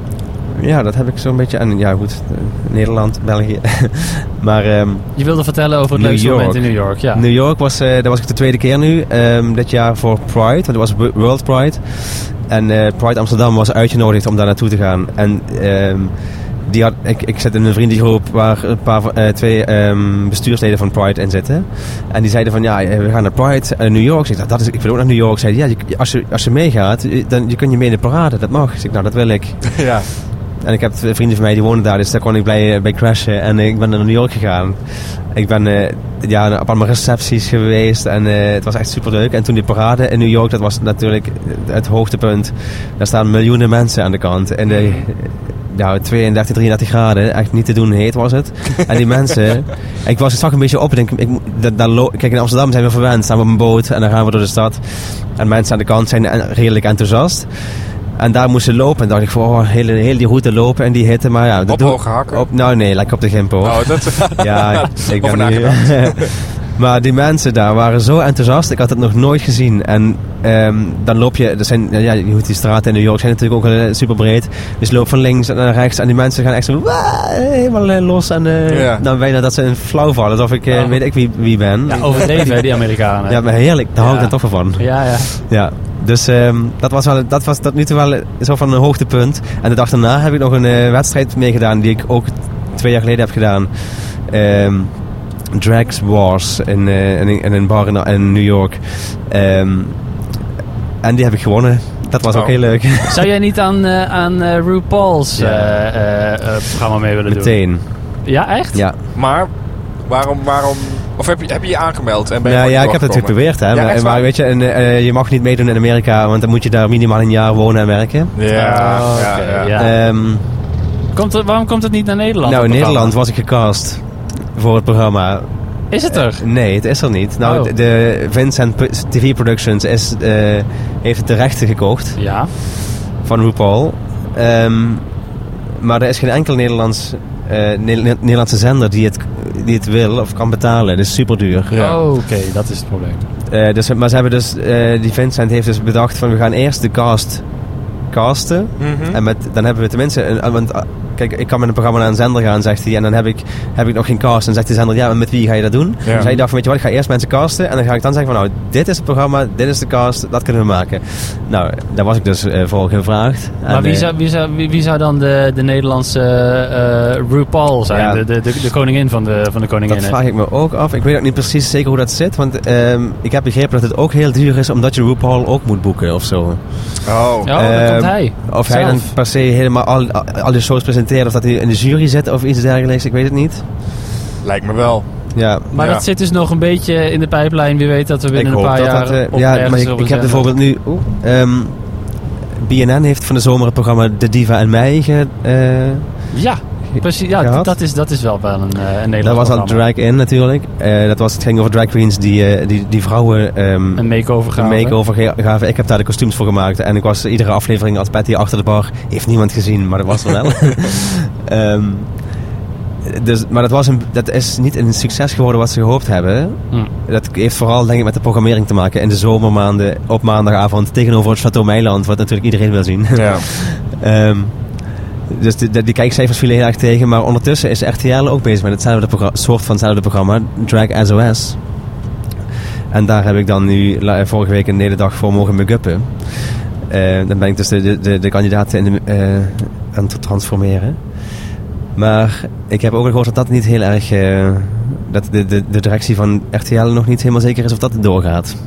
Ja, dat heb ik zo'n beetje. En ja, goed, Nederland, België. maar, um, je wilde vertellen over het New leukste York. moment in New York, ja. New York was, uh, daar was ik de tweede keer nu. Um, dit jaar voor Pride, want het was World Pride. En uh, Pride Amsterdam was uitgenodigd om daar naartoe te gaan. En um, die had, ik, ik zit in een vriendengroep waar een paar, uh, twee um, bestuursleden van Pride in zitten. En die zeiden van, ja, we gaan naar Pride uh, New York. Ik, zei, dat is, ik wil ook naar New York. Zeiden, ja, je, als, je, als je meegaat, dan je kun je mee in de parade. Dat mag. Ik zei, nou, dat wil ik. Ja. En ik heb vrienden van mij die wonen daar, dus daar kon ik bij, bij crashen. En ik ben naar New York gegaan. Ik ben uh, ja, op allemaal recepties geweest en uh, het was echt super leuk. En toen die parade in New York, dat was natuurlijk het hoogtepunt. Daar staan miljoenen mensen aan de kant. En de, ja, tweeëndertig, drieëndertig graden, echt niet te doen heet was het. En die mensen, ik, was, ik zag een beetje op en denk, ik, dat, dat lo- kijk, in Amsterdam zijn we verwend, staan we op een boot en dan gaan we door de stad. En mensen aan de kant zijn redelijk enthousiast. En daar moesten lopen en dacht ik van, oh, heel, heel die route lopen en die hitte. Maar ja, op hoge hakken? Op, nou nee, lekker op de Gimpo. Oh, dat... ja, ik ben nu... Maar die mensen daar waren zo enthousiast. Ik had het nog nooit gezien. En um, dan loop je... Er zijn, ja, die straten in New York zijn natuurlijk ook uh, super breed. Dus je loopt van links naar rechts. En die mensen gaan echt zo... Waa, helemaal uh, los. En uh, ja. dan bijna dat ze in flauw vallen. Alsof ik uh, oh. weet ik wie, wie ben. Ja, overdreven die Amerikanen. Ja, maar heerlijk. Daar ja. hou ik dan toch van. Ja, ja. Ja. Dus um, dat was wel, dat was tot nu toe wel zo van een hoogtepunt. En de dag daarna heb ik nog een uh, wedstrijd meegedaan die ik ook twee jaar geleden heb gedaan. Um, Drags Wars in, uh, in, in een bar in, in New York. Um, en die heb ik gewonnen. Dat was oh. ook heel leuk. Zou jij niet aan, uh, aan uh, RuPaul's ja. uh, uh, uh, programma mee willen Meteen. doen? Meteen. Ja, echt? Ja. Maar waarom... waarom Of heb je, heb je je aangemeld? En ben je ja, ja ik heb het geprobeerd. Hè. Ja, maar, maar weet je, en, uh, je mag niet meedoen in Amerika, want dan moet je daar minimaal een jaar wonen en werken. Ja, oh, okay, ja. ja. Um, komt het, waarom komt het niet naar Nederland? Nou, in Nederland was ik gecast. voor het programma. Is het er? Uh, nee, het is er niet. Nou, oh. de, de Vincent T V Productions is, uh, heeft de rechten gekocht. Ja. Van RuPaul. Um, maar er is geen enkel Nederlands, uh, ne- Nederlandse zender die het, die het wil of kan betalen. Dat is super duur. Ja. Oh, oké, okay. Dat is het probleem. Uh, dus, maar ze hebben dus, uh, die Vincent heeft dus bedacht van we gaan eerst de cast casten. Mm-hmm. En met, dan hebben we tenminste... Een, want, kijk, ik kan met een programma naar een zender gaan, zegt hij. En dan heb ik, heb ik nog geen cast. En zegt de zender, ja, maar met wie ga je dat doen? Ja. Dus hij dacht van, weet je wat, ik ga eerst mensen casten. En dan ga ik dan zeggen van, nou, dit is het programma, dit is de cast, dat kunnen we maken. Nou, daar was ik dus uh, voor gevraagd. Maar en, wie, zou, wie, zou, wie, wie zou dan de, de Nederlandse uh, RuPaul zijn? Ja, de, de, de, de koningin van de, van de koninginnen? Dat vraag ik me ook af. Ik weet ook niet precies zeker hoe dat zit. Want um, ik heb begrepen dat het ook heel duur is, omdat je RuPaul ook moet boeken of zo. Oh, oh uh, dan komt hij. Of zelf. hij dan per se helemaal al, al die shows presenteert, of dat hij in de jury zit of iets dergelijks, ik weet het niet. Lijkt me wel. Ja. Maar ja. dat zit dus nog een beetje in de pijplijn. Wie weet dat we binnen ik een paar dat jaar... Dat, uh, ja, maar ik, ik heb bijvoorbeeld nu... Uh, um, B N N heeft van de zomer het programma De Diva en Mij ge, uh, Ja, precies. Ja, dat is, dat is wel wel een, uh, een Nederlands Dat was programma. al Drag In natuurlijk. Uh, dat was, het ging over drag queens die, uh, die, die vrouwen... Um, een make-over gaven. Een make-over gaven. Ik heb daar de kostuums voor gemaakt. En ik was iedere aflevering als Patty achter de bar. Heeft niemand gezien, maar dat was er wel. um, Dus, maar dat, was een, dat is niet een succes geworden wat ze gehoopt hebben. Mm. Dat heeft vooral denk ik met de programmering te maken. In de zomermaanden op maandagavond tegenover het Château Meiland. Wat natuurlijk iedereen wil zien. Ja. um, dus die, die kijkcijfers vielen heel erg tegen. Maar ondertussen is R T L ook bezig met hetzelfde programma, soort van hetzelfde programma. Drag S O S. En daar heb ik dan nu vorige week een hele dag voor mogen make-uppen. Uh, dan ben ik dus de, de, de, de kandidaten in de, uh, aan het transformeren. Maar ik heb ook al gehoord dat dat niet heel erg... Uh, dat de, de, de directie van R T L nog niet helemaal zeker is of dat het doorgaat.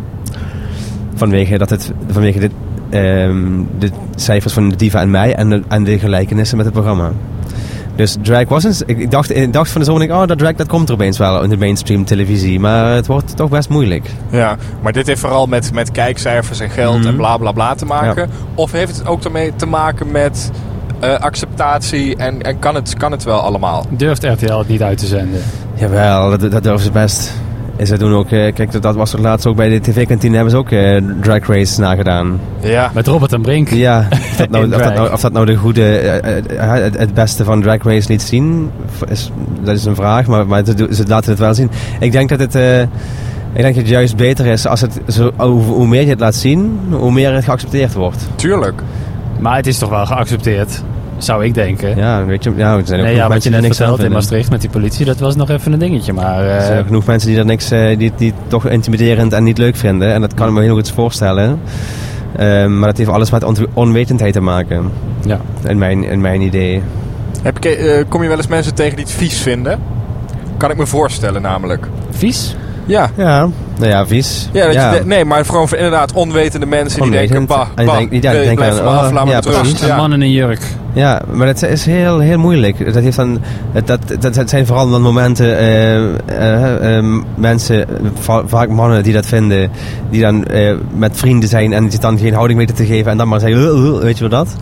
Vanwege, dat het, vanwege de, um, de cijfers van de Diva en Mij en de, en de gelijkenissen met het programma. Dus drag was eens... Ik dacht, ik dacht van de zomer, oh, dat drag dat komt er opeens wel in de mainstream televisie. Maar het wordt toch best moeilijk. Ja, maar dit heeft vooral met, met kijkcijfers en geld mm-hmm. en bla bla bla te maken. Ja. Of heeft het ook ermee te maken met... Uh, acceptatie en, en kan, het, kan het wel allemaal? Durft R T L het niet uit te zenden? Jawel, dat, dat durven ze best. En ze doen ook, uh, kijk, dat was er laatst ook bij de tv-kantine, hebben ze ook uh, Drag Race nagedaan. Ja. Met Robert en Brink. Ja, of dat nou, of dat nou, of dat nou de goede, uh, uh, het, het beste van Drag Race liet zien, is, dat is een vraag, maar, maar ze, ze laten het wel zien. Ik denk dat het... Uh, Ik denk dat het juist beter is als het zo, hoe, hoe meer je het laat zien, hoe meer het geaccepteerd wordt. Tuurlijk. Maar het is toch wel geaccepteerd, zou ik denken. Ja, weet je, ja, er zijn ook nee, ja, wat je net vertelt in Maastricht met die politie, dat was nog even een dingetje. Maar, uh... er zijn ook genoeg mensen die er niks, uh, die, die het toch intimiderend en niet leuk vinden. En dat kan ik me heel goed voorstellen. Uh, maar dat heeft alles met on- onwetendheid te maken. Ja. In mijn, in mijn idee. Heb je, uh, kom je wel eens mensen tegen die het vies vinden? Kan ik me voorstellen namelijk. Vies? Ja. Ja, nou ja, vies. Ja, dat ja. Je de, nee, maar gewoon voor inderdaad onwetende mensen Onwetend. die denken, bah, bah, denk, ja, nee, denk blijf aan, vanaf, oh, laat me ja, met rust. Een Ja. man in een jurk. Ja, maar dat is heel, heel moeilijk. Dat, heeft dan, dat, dat, dat zijn vooral dan momenten, uh, uh, uh, mensen, va- vaak mannen die dat vinden, die dan uh, met vrienden zijn en die dan geen houding weten te geven en dan maar zeggen, uh, uh, weet je wel dat?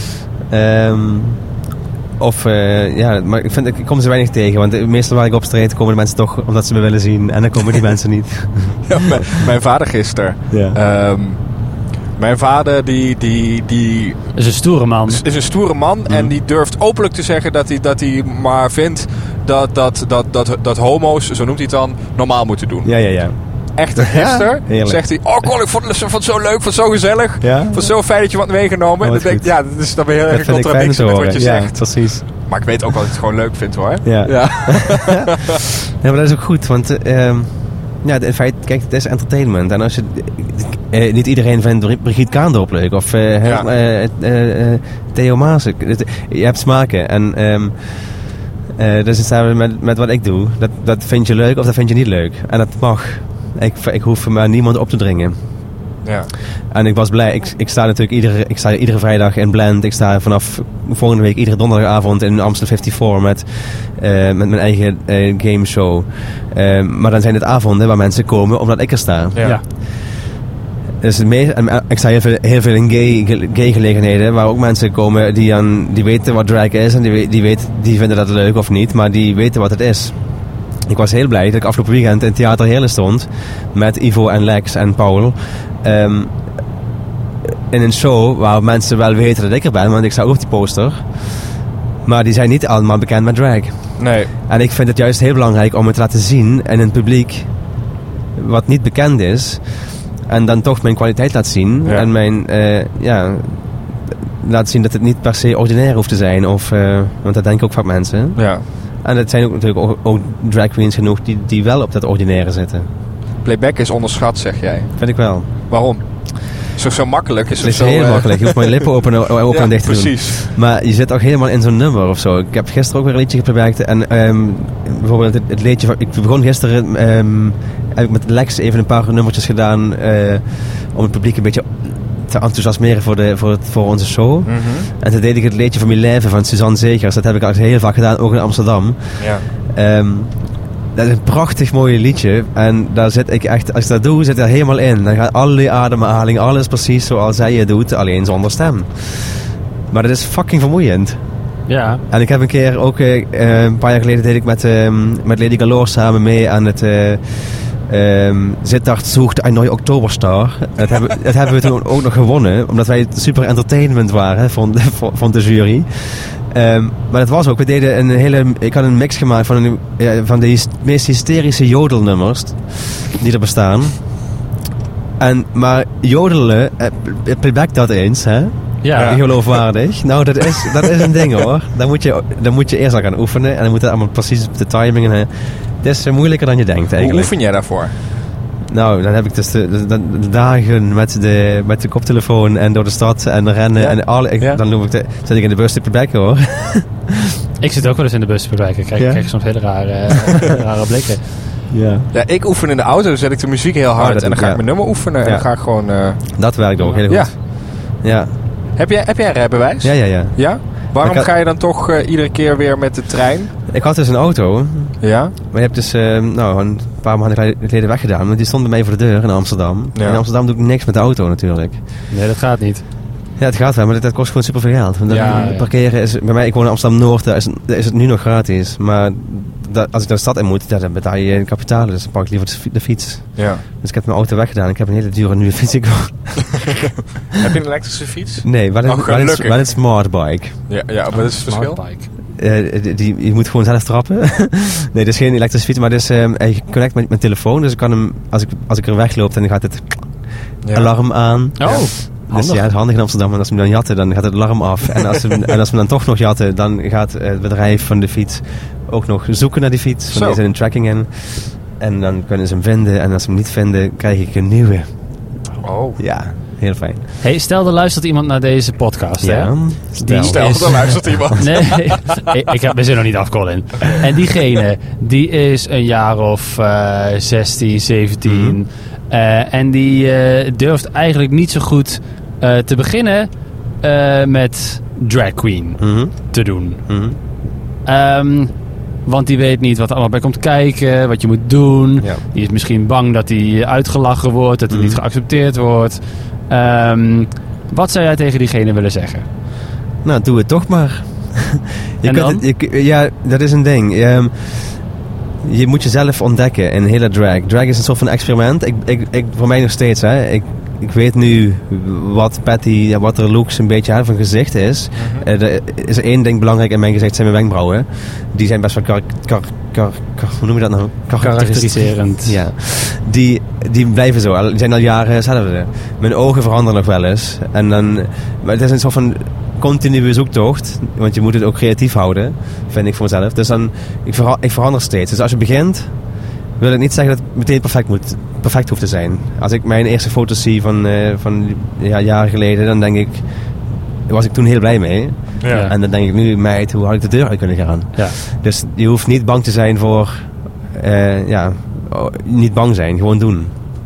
Ja. Um, Of, uh, ja, maar ik, vind, ik kom ze weinig tegen. Want meestal waar ik op strijd komen de mensen toch omdat ze me willen zien. En dan komen die mensen niet. Ja, mijn, mijn vader gisteren. Ja. Um, mijn vader die, die, die... is een stoere man. Is, is een stoere man. Mm. En die durft openlijk te zeggen dat hij, dat hij maar vindt dat, dat, dat, dat, dat homo's, zo noemt hij het dan, normaal moeten doen. Ja, ja, ja. Echt gisteren ja, zegt hij, oh Colin, ik vond het, vond het zo leuk, vond het zo gezellig. Ja? Vond het zo fijn dat je wat meegenomen. Oh, en dan denk ik, ja, dat is dan weer heel erg contradictie met wat je ja, zegt. Precies. Maar ik weet ook wel dat ik het gewoon leuk vind hoor. Ja, ja. Ja, maar dat is ook goed, want uh, ja, in feite, kijk, het is entertainment. En als je, uh, niet iedereen vindt Brigitte Kaandorp leuk of uh, ja. uh, uh, uh, Theo Maas. Je hebt smaken en... Um, Uh, dus hetzelfde met, met wat ik doe. Dat, dat vind je leuk of dat vind je niet leuk. En dat mag. Ik, ik hoef maar niemand op te dringen. Ja. En ik was blij. Ik, ik sta natuurlijk iedere, ik sta iedere vrijdag in Blend. Ik sta vanaf volgende week iedere donderdagavond in Amstel vierenvijftig met, uh, met mijn eigen uh, gameshow. Uh, maar dan zijn het avonden waar mensen komen omdat ik er sta. Ja. Ja. Dus het meest, ik sta heel veel, heel veel in gay, gay gelegenheden waar ook mensen komen die, aan, die weten wat drag is en die, die, weet, die vinden dat leuk of niet, maar die weten wat het is. ik was heel blij dat ik afgelopen weekend in Theater Heerlen stond. Met Ivo en Lex en Paul. Um, in een show waar mensen wel weten dat ik er ben. Want ik sta ook op die poster. Maar die zijn niet allemaal bekend met drag. Nee. En ik vind het juist heel belangrijk om het te laten zien in een publiek wat niet bekend is. En dan toch mijn kwaliteit laat zien. Ja. En mijn, uh, ja, laat zien dat het niet per se ordinair hoeft te zijn. Of, uh, want dat denken ook vaak mensen. Ja. En het zijn ook natuurlijk ook, ook drag queens genoeg die, die wel op dat ordinaire zitten. Playback is onderschat, zeg jij. Vind ik wel. Waarom? Is het zo makkelijk? Is het, het is zo, heel uh... makkelijk. Je hoeft maar je lippen open, open ja, en dicht te precies. doen. Maar je zit ook helemaal in zo'n nummer of zo. Ik heb gisteren ook weer een liedje geplaybacked. En um, bijvoorbeeld het, het liedje van... Ik begon gisteren... Um, heb ik met Lex even een paar nummertjes gedaan... Uh, om het publiek een beetje te enthousiasmeren voor, de, voor, het, voor onze show. Mm-hmm. En toen deed ik het liedje van Mijn Leven van Suzanne Zegers. Dat heb ik altijd heel vaak gedaan, ook in Amsterdam. Ja. Um, dat is een prachtig mooi liedje. En daar zit ik echt, als ik dat doe, zit er helemaal in. Dan gaat alle ademhaling, alles precies zoals zij het doet, alleen zonder stem. Maar dat is fucking vermoeiend. Ja. En ik heb een keer ook, uh, een paar jaar geleden deed ik met, uh, met Lady Galore samen mee aan het... Uh, Um, Sittard zoekt een nieuwe Oktoberstar. Dat hebben, dat hebben we toen ook nog gewonnen. Omdat wij super entertainment waren van, van de jury. Um, maar dat was ook. We deden een hele... Ik had een mix gemaakt van, een, ja, van de meest hysterische jodelnummers die er bestaan. En, maar jodelen, uh, playback dat eens, hè? Ja. Geloofwaardig. Nou, dat is, dat is een ding hoor. Dan moet je, dan moet je eerst al gaan oefenen. En dan moet het allemaal precies op de timing. En, het is moeilijker dan je denkt eigenlijk. Hoe oefen jij daarvoor? Nou, dan heb ik dus de, de, de dagen met de, met de koptelefoon en door de stad en rennen. Ja. En alle, ik, ja. Dan loop ik de, zit ik in de bus te playbacken hoor. Ik zit ook wel eens in de bus te playbacken. Ik krijg, ja. krijg soms hele rare, rare blikken. Ja. Ja, ik oefen in de auto, dan zet ik de muziek heel hard. Oh, en dan ga ja. ik mijn nummer oefenen. Ja. En dan ga ik gewoon... Uh... Dat werkt ook heel goed. Ja. Ja. Heb jij, heb jij een rijbewijs? Ja, ja, ja. Ja? Waarom had... ga je dan toch uh, iedere keer weer met de trein? Ik had dus een auto. Ja? Maar je hebt dus uh, nou, een paar maanden geleden weggedaan. Want die stond bij mij voor de deur in Amsterdam. Ja. In Amsterdam doe ik niks met de auto natuurlijk. Nee, dat gaat niet. Ja, het gaat wel, maar dat, dat kost gewoon super veel geld. Want ja, ja. Parkeren is... Bij mij, ik woon in Amsterdam-Noord, daar is, daar is het nu nog gratis. Maar dat, als ik naar de stad in moet, dan betaal je kapitaal. Dus dan pak ik liever de fiets. Ja. Dus ik heb mijn auto weggedaan. Ik heb een hele dure nieuwe fiets. Heb je een elektrische fiets? Nee, wel een, oh, wel een, wel een smartbike. Ja, ja, maar dat is het verschil. Uh, die, die, je moet gewoon zelf trappen. Nee, dat is geen elektrische fiets, maar dat is, um, je connect met mijn telefoon. Dus ik kan hem, als ik, als ik er wegloop, dan gaat het ja. alarm aan. Oh, ja. Dus ja, het is handig in Amsterdam. En als we hem dan jatten, dan gaat het alarm af. En als we, en als we dan toch nog jatten, dan gaat het bedrijf van de fiets ook nog zoeken naar die fiets. Want er zit een tracking in. En dan kunnen ze hem vinden. En als ze hem niet vinden, krijg ik een nieuwe. Oh. Ja, heel fijn. Hey, stel er luistert iemand naar deze podcast. Ja. Hè? Die stel is... er luistert iemand. Nee, ik, ik heb mijn zin nog niet af, Colin. En diegene, die is een jaar of uh, zestien, zeventien... Mm-hmm. Uh, en die uh, durft eigenlijk niet zo goed uh, te beginnen uh, met drag queen mm-hmm. te doen. Mm-hmm. Um, want die weet niet wat er allemaal bij komt kijken, wat je moet doen. Ja. Die is misschien bang dat hij uitgelachen wordt, dat hij mm-hmm. niet geaccepteerd wordt. Um, wat zou jij tegen diegene willen zeggen? Nou, doe het toch maar. je en kunt dan? Het, je, ja, dat is een ding. Um, Je moet jezelf ontdekken in hele drag. Drag is een soort van experiment. Ik, ik, ik, voor mij nog steeds. Hè. Ik, ik weet nu wat Patty, wat haar looks een beetje haar van gezicht is. Mm-hmm. Uh, er is één ding belangrijk in mijn gezicht, zijn mijn wenkbrauwen. Die zijn best wel kar, kar, kar, kar, hoe noem je dat nou? Karakteriserend. Ja. Die, die blijven zo. Die zijn al jaren hetzelfde. Mijn ogen veranderen nog wel eens. En dan, maar het is een soort van continue zoektocht. Want je moet het ook creatief houden, vind ik voor mezelf. Dus dan, ik, verha- ik verander steeds. Dus als je begint, wil ik niet zeggen dat het meteen perfect moet, perfect hoeft te zijn. Als ik mijn eerste foto's zie van, uh, van ja, jaren geleden, dan denk ik, was ik toen heel blij mee. Ja. En dan denk ik nu, meid, hoe had ik de deur uit kunnen gaan? Ja. Dus je hoeft niet bang te zijn voor, uh, ja, oh, niet bang zijn, gewoon doen.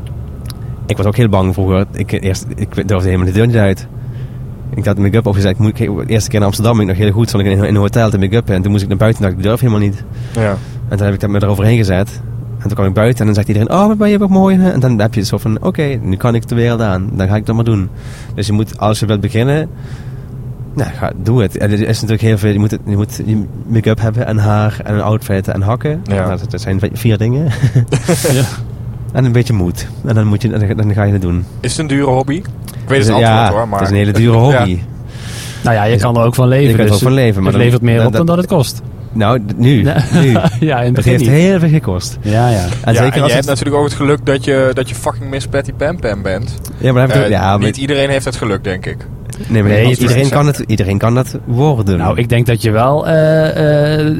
Ik was ook heel bang vroeger. Ik, eerst, ik durfde helemaal de deur niet uit. Ik had make-up opgezet. Ik, de eerste keer in Amsterdam ben ik nog heel goed. Stond ik in, in een hotel te make-up. En toen moest ik naar buiten en dacht ik, durf helemaal niet. Ja. En toen heb ik dat me eroverheen gezet. En toen kwam ik buiten en dan zegt iedereen, oh, wat ben je ook mooi. En dan heb je zo van, oké, okay, nu kan ik de wereld aan. Dan ga ik dat maar doen. Dus je moet, als je wilt beginnen, Nou, ga, doe het. Er is natuurlijk heel veel. Je moet, het, je moet make-up hebben en haar en een outfit en hakken. Ja. Nou, dat, dat zijn vier dingen. Ja. En een beetje moed. En dan, moet je, dan, dan ga je het doen. Is het een dure hobby? Ik weet het antwoord ja, hoor. Maar... het is een hele dure hobby. Ja. Nou ja, je kan er ook van leven. Je kan er dus ook van leven. Maar het levert meer dan, op dan dat het kost. Nou, nu. Ja. nu. Ja, in het Het begin heeft niet. heel veel gekost. Ja, ja. En Ja, zeker en als je het, hebt natuurlijk ook het geluk dat je, dat je fucking Miss Patty Pam Pam bent. ja, maar dan heb ik Uh, ook- ja, maar, niet iedereen heeft het geluk, denk ik. nee, maar Nee, nee, het is- iedereen, kan het, iedereen kan dat worden. Nou, ik denk dat je wel uh, uh,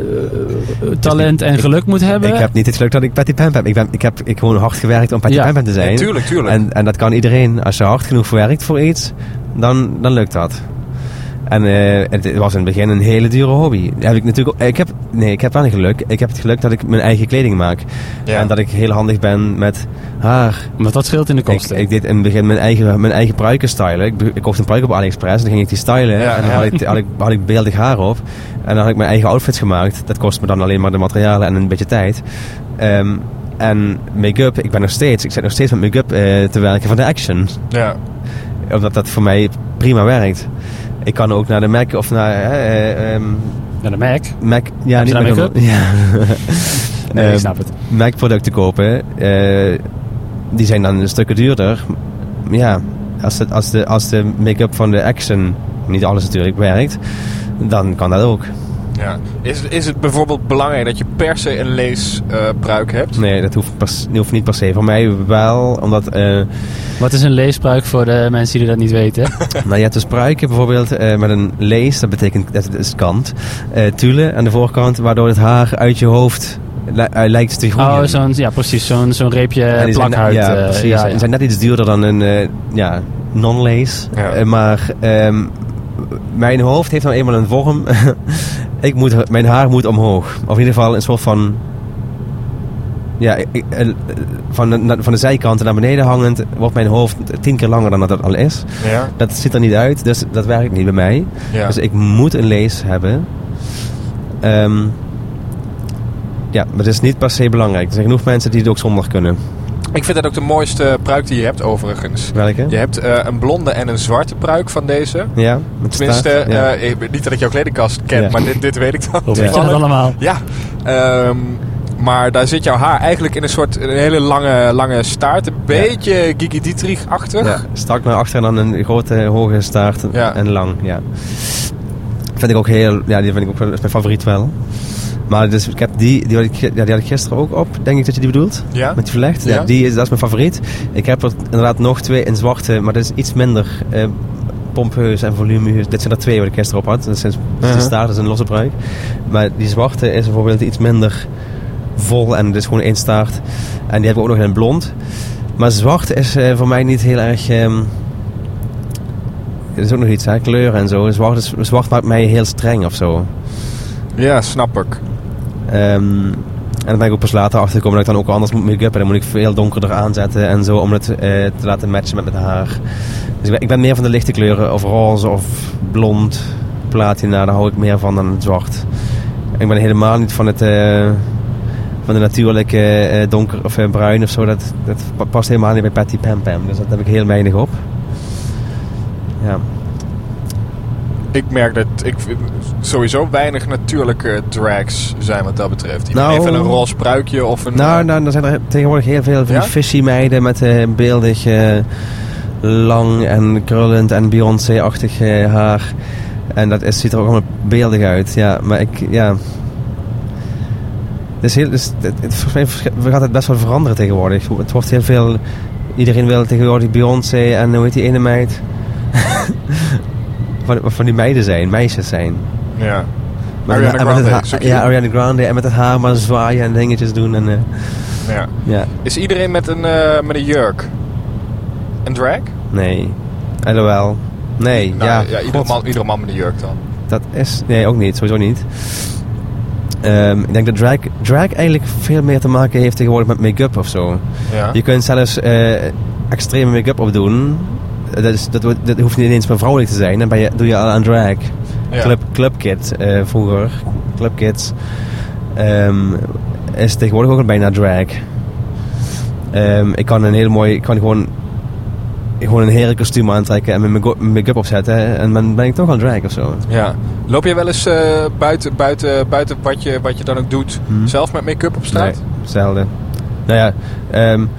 talent en geluk moet hebben. Ik heb niet het geluk dat ik Patty Pam Pam. Ik, ben, ik heb ik gewoon hard gewerkt om Patty Ja. Pam Pam te zijn. Nee, tuurlijk, tuurlijk. En, en dat kan iedereen. Als je hard genoeg werkt voor iets, dan, dan lukt dat. En uh, het was in het begin een hele dure hobby. Heb ik natuurlijk ook, ik heb, nee, ik heb wel een geluk. Ik heb het geluk dat ik mijn eigen kleding maak. Ja. En dat ik heel handig ben met haar. Want dat scheelt in de Ik, kosten. ik deed in het begin mijn eigen, mijn eigen pruiken stylen. Ik, ik kocht een pruik op AliExpress. Dan ging ik die stylen. Ja, en dan ja. had ik, had, ik, had ik beeldig haar op. En dan had ik mijn eigen outfits gemaakt. Dat kost me dan alleen maar de materialen en een beetje tijd. Um, en make-up. Ik ben nog steeds. Ik zit nog steeds met make-up uh, te werken van de Action. Ja. Omdat dat voor mij prima werkt. Ik kan ook naar de Mac of naar... Uh, um, Naar de Mac. Mac... Ja, Heb je niet daar Mac- make-up? Ja. Nee, Um, ik snap het. Mac producten kopen. Uh, die zijn dan een stukje duurder. Ja, als, het, als de, als de make-up van de Action, niet alles natuurlijk, werkt, dan kan dat ook. Ja. Is, is het bijvoorbeeld belangrijk dat je per se een leespruik uh, hebt? Nee, dat hoeft, pas, dat hoeft niet per se. Voor mij wel, omdat... Uh, Wat is een leespruik voor de mensen die dat niet weten? nou, je hebt dus pruiken bijvoorbeeld uh, met een lees, dat betekent, dat is kant, uh, tulle aan de voorkant, waardoor het haar uit je hoofd li- uh, lijkt te groeien. Oh, zo'n, ja, precies. Zo'n, zo'n reepje En die zijn plakhuid. net- Ja, uh, precies. ja, ja. Die zijn net iets duurder dan een uh, ja, non-lace. Ja. Uh, maar um, mijn hoofd heeft nou eenmaal een vorm. ik moet, mijn haar moet omhoog. Of in ieder geval een soort van... Ja, ik, uh, van, de, van de zijkanten naar beneden hangend wordt mijn hoofd tien keer langer dan dat het al is. Ja. Dat ziet er niet uit, dus dat werkt niet bij mij. Ja. Dus ik moet een lace hebben. Um, ja, maar dat is niet per se belangrijk. Er zijn genoeg mensen die het ook zonder kunnen. Ik vind dat ook de mooiste pruik die je hebt, overigens. Welke? Je hebt uh, een blonde en een zwarte pruik van deze. Ja, met Tenminste, staart, ja. uh, ik- niet dat ik jouw kledingkast ken, Ja. maar dit, dit weet ik dan. Hoe weet je dat toevallig. allemaal? Ja, um, maar daar zit jouw haar eigenlijk in een soort een hele lange, lange staart. Een beetje Gigi Dietrich-achtig. Ja, strak naar achter en dan een grote hoge staart Ja. en lang. Ja. Vind ik ook heel, ja, die vind ik ook wel, is mijn favoriet wel. Maar dus, ik heb die, die had ik, ja, die had ik gisteren ook op, denk ik dat je die bedoelt. Ja? Met die verlegd. Ja. Ja. Die is, dat is mijn favoriet. Ik heb er inderdaad nog twee in zwarte, maar dat is iets minder uh, pompeus en volumeus. Dit zijn er twee wat ik gisteren op had. Dat zijn uh-huh. de staart, dat is een losse pruik. Maar die zwarte is bijvoorbeeld iets minder vol en het is gewoon één staart. En die heb ik ook nog in een blond. Maar zwart is uh, voor mij niet heel erg... Um, er is ook nog iets, hè, kleur en zo. Zwart, is, zwart maakt mij heel streng of zo. Ja, snap ik. Um, en dan ben ik ook pas later achtergekomen dat ik dan ook anders moet make-up. En dan moet ik veel donkerder aanzetten en zo om het uh, te laten matchen met mijn haar. Dus ik ben, ik ben meer van de lichte kleuren, of roze of blond, platina. Daar hou ik meer van dan het zwart. En ik ben helemaal niet van het... Uh, van de natuurlijke uh, donker of uh, bruin of zo. Dat, dat past helemaal niet bij Patty Pam Pam. Dus dat heb ik heel weinig op. Ja. Ik merk dat ik sowieso weinig natuurlijke drags zijn wat dat betreft. Nou, Even een roze pruikje of een... Nou, nou, dan zijn er tegenwoordig heel veel van Ja? die fishy meiden met uh, beeldig uh, lang en krullend en Beyoncé-achtig uh, haar. En dat is, ziet er ook allemaal beeldig uit. Ja, maar ik, ja... Het is heel, dus, het, het, volgens mij gaat het best wel veranderen tegenwoordig. Het wordt heel veel... Iedereen wil tegenwoordig Beyoncé en hoe heet die ene meid? van, van die meiden zijn, meisjes zijn. Ja. Maar Ariana en met het Grande. ha- zoek je- ja, Ariana Grande. En met het haar maar zwaaien en dingetjes doen. En, uh, ja. ja, Is iedereen met een, uh, met een jurk een drag? nee. Alhoewel. Nee, Nou, ja. ja iedere, God, man, iedere man met een jurk dan. dat is... Nee, ook niet. Sowieso niet. Um, ik denk dat drag, drag eigenlijk veel meer te maken heeft tegenwoordig met make-up of zo. Ja. Je kunt zelfs uh, extreme make-up opdoen. Dat, is, dat, wordt- dat hoeft niet eens meer vrouwelijk te zijn. Dan ben je, doe je al aan drag. Ja. Club, Clubkid uh, vroeger. Clubkids. Um, is tegenwoordig ook al bijna drag. Um, ik kan een heel mooi... Ik kan gewoon gewoon een herenkostuum aantrekken en mijn make-up opzetten. En dan ben ik toch al drag of zo. Ja. Loop je wel eens uh, buiten, buiten, buiten wat, je, wat je dan ook doet, hmm. zelf met make-up op straat? Nee, zelden. Nou ja, um,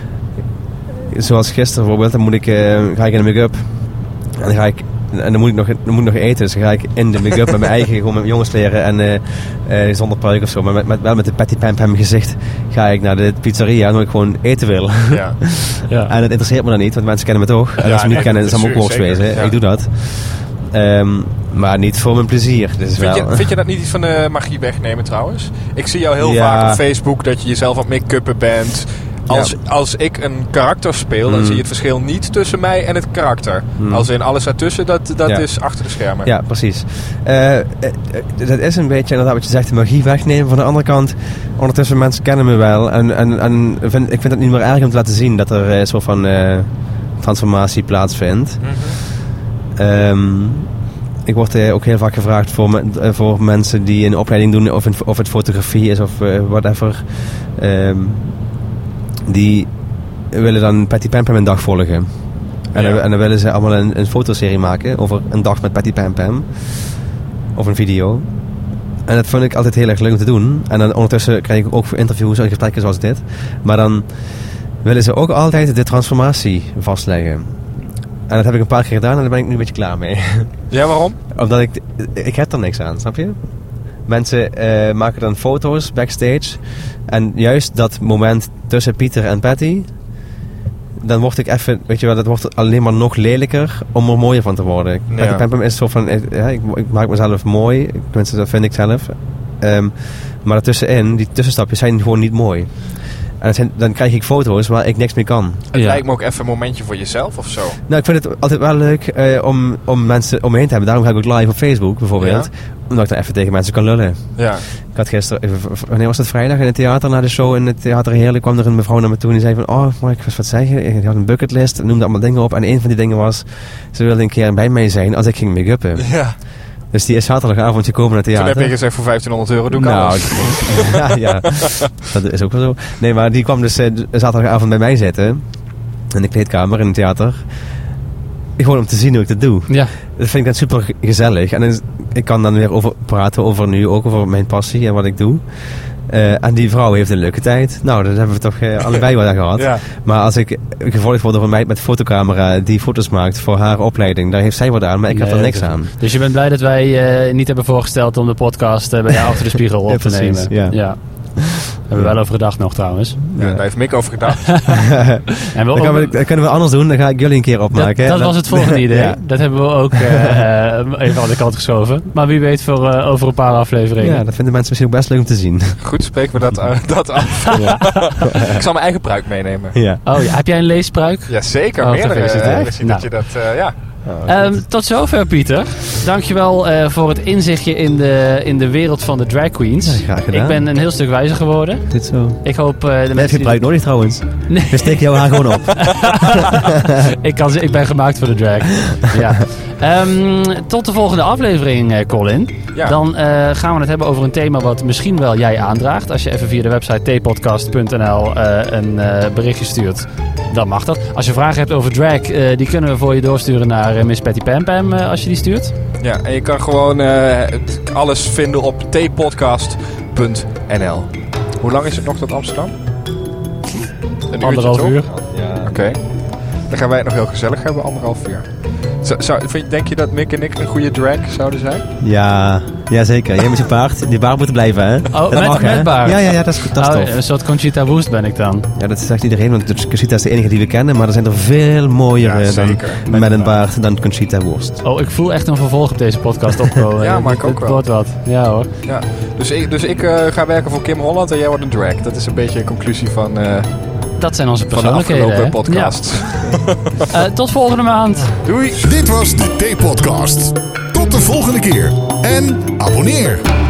zoals gisteren bijvoorbeeld, dan moet ik, uh, ga ik in de make-up. En dan ga ik... En dan moet ik nog, dan moet ik nog eten. Dus dan ga ik in de make-up met mijn eigen, gewoon met jongenskleren en uh, uh, zonder pruik of zo. Maar met, met, wel met de Patty Pam Pam gezicht ga ik naar de pizzeria omdat ik gewoon eten wil. Ja. Ja. En dat interesseert me dan niet, want mensen kennen me toch. En ja, als ze me niet kennen, dan is het allemaal wezen. Ja. Ik doe dat. Um, maar niet voor mijn plezier. Dus vind, wel. Je, vind je dat niet iets van de magie wegnemen trouwens? Ik zie jou heel ja. vaak op Facebook dat je jezelf aan het make-uppen bent. Als, ja. als ik een karakter speel, dan mm. zie je het verschil niet tussen mij en het karakter. Mm. Als in alles ertussen, dat, dat ja. is achter de schermen. Ja, precies. Uh, dat is een beetje inderdaad wat je zegt, de magie wegnemen. Van de andere kant, ondertussen mensen kennen me wel. En, en, en vind, ik vind het niet meer erg om te laten zien dat er een soort van uh, transformatie plaatsvindt. Mm-hmm. Um, ik word uh, ook heel vaak gevraagd voor, me, uh, voor mensen die een opleiding doen, of, in, of het fotografie is of uh, whatever. Um, Die willen dan Patty Pam Pam een dag volgen. En, ja. dan, en dan willen ze allemaal een, een fotoserie maken over een dag met Patty Pam Pam. Of een video. En dat vond ik altijd heel erg leuk om te doen. En dan ondertussen krijg ik ook interviews en gesprekken zoals dit. Maar dan willen ze ook altijd de transformatie vastleggen. En dat heb ik een paar keer gedaan en daar ben ik nu een beetje klaar mee. Ja, waarom? Omdat ik... Ik heb er niks aan, snap je? Mensen uh, maken dan foto's backstage. En juist dat moment tussen Pieter en Patty, dan word ik even, weet je wel, dat wordt alleen maar nog lelijker om er mooier van te worden. Ja. Patty Pam Pam is zo van, ja, ik, ik maak mezelf mooi. Tenminste, dat vind ik zelf. Um, maar ertussenin, die tussenstapjes zijn gewoon niet mooi. En zijn, dan krijg ik foto's waar ik niks mee kan. Het ja. lijkt me ook even een momentje voor jezelf of zo. Nou, ik vind het altijd wel leuk uh, om, om mensen om me heen te hebben. Daarom ga ik ook live op Facebook bijvoorbeeld. Ja. Omdat ik dan even tegen mensen kan lullen. Ja. Ik had gisteren, wanneer was het, vrijdag in het theater, na de show in het Theater Heerlijk, kwam er een mevrouw naar me toe en die zei van, oh Mark, wat zei je? Ik had een bucketlist, noemde allemaal dingen op. En een van die dingen was, ze wilde een keer bij mij zijn als ik ging make-uppen. Ja. Dus die is zaterdagavond gekomen naar het theater. Toen heb je gezegd voor vijftienhonderd euro doe ik nou, alles. ja, ja, dat is ook wel zo. Nee, maar die kwam dus uh, zaterdagavond bij mij zitten. In de kleedkamer in het theater. Gewoon om te zien hoe ik dat doe. Ja. Dat vind ik dan super gezellig. En dan, ik kan dan weer over praten over nu ook over mijn passie en wat ik doe. Uh, en die vrouw heeft een leuke tijd. Nou, dat hebben we toch uh, allebei wel gehad. Ja. Maar als ik gevolgd word door een meid met fotocamera die foto's maakt voor haar opleiding, daar heeft zij wat aan, maar ik nee, heb er niks aan. Dus je bent blij dat wij uh, niet hebben voorgesteld om de podcast uh, bij jou achter de spiegel op ja, te precies, nemen. Ja. ja. Hebben we wel over gedacht nog trouwens. Ja, daar heeft Mick over gedacht. en we, dan we, dat kunnen we anders doen. Dan ga ik jullie een keer opmaken. Dat, dat, dat was het volgende idee. Ja. Dat hebben we ook uh, even aan de kant geschoven. Maar wie weet voor uh, over een paar afleveringen. Ja, dat vinden mensen misschien ook best leuk om te zien. Goed, spreken we dat, uh, dat af. Ja. Ik zal mijn eigen pruik meenemen. Ja. Oh, ja. Heb jij een leespruik? Jazeker, oh, meerdere. Uh, nou. dat je dat, uh, ja. Oh, um, tot zover, Pieter. Dankjewel uh, voor het inzichtje in de, in de wereld van de drag queens. Ja, graag gedaan. Ik ben een heel stuk wijzer geworden. Dit zo. Ik hoop uh, de mensen... Heb je gebruikt die... nog niet trouwens? Nee. We steken jouw haar gewoon op. ik, kan, ik ben gemaakt voor de drag. ja. um, tot de volgende aflevering, uh, Colin. Ja. Dan uh, gaan we het hebben over een thema wat misschien wel jij aandraagt. Als je even via de website t podcast punt n l uh, een uh, berichtje stuurt, dan mag dat. Als je vragen hebt over drag, uh, die kunnen we voor je doorsturen naar uh, Miss Patty Pam Pam uh, als je die stuurt. Ja, en je kan gewoon uh, alles vinden op t podcast punt n l. Hoe lang is het nog tot Amsterdam? Een anderhalf uur. Ja. Oké. Okay. Dan gaan wij het nog heel gezellig hebben, anderhalf uur. Zou, zou, denk je dat Mick en ik een goede drag zouden zijn? Ja, ja zeker. Jij met je paard. Die baard moet blijven, hè? Oh, dat met, mag, met hè? baard? Ja, ja, ja, dat is, dat is oh, tof. Een soort Conchita Wurst ben ik dan. Ja, dat zegt iedereen, want Conchita is de enige die we kennen. Maar er zijn er veel mooier ja, dan, met, met een baard dan Conchita Wurst. Oh, ik voel echt een vervolg op deze podcast opkomen. ja, maar ik ook wel. Wordt wat. Ja, hoor. Ja. Dus ik, dus ik uh, ga werken voor Kim Holland en jij wordt een drag. Dat is een beetje een conclusie van... Uh, Dat zijn onze persoonlijkheden. Van de afgelopen podcast. Ja. uh, tot volgende maand. Doei. Dit was de T-podcast. Tot de volgende keer. En abonneer.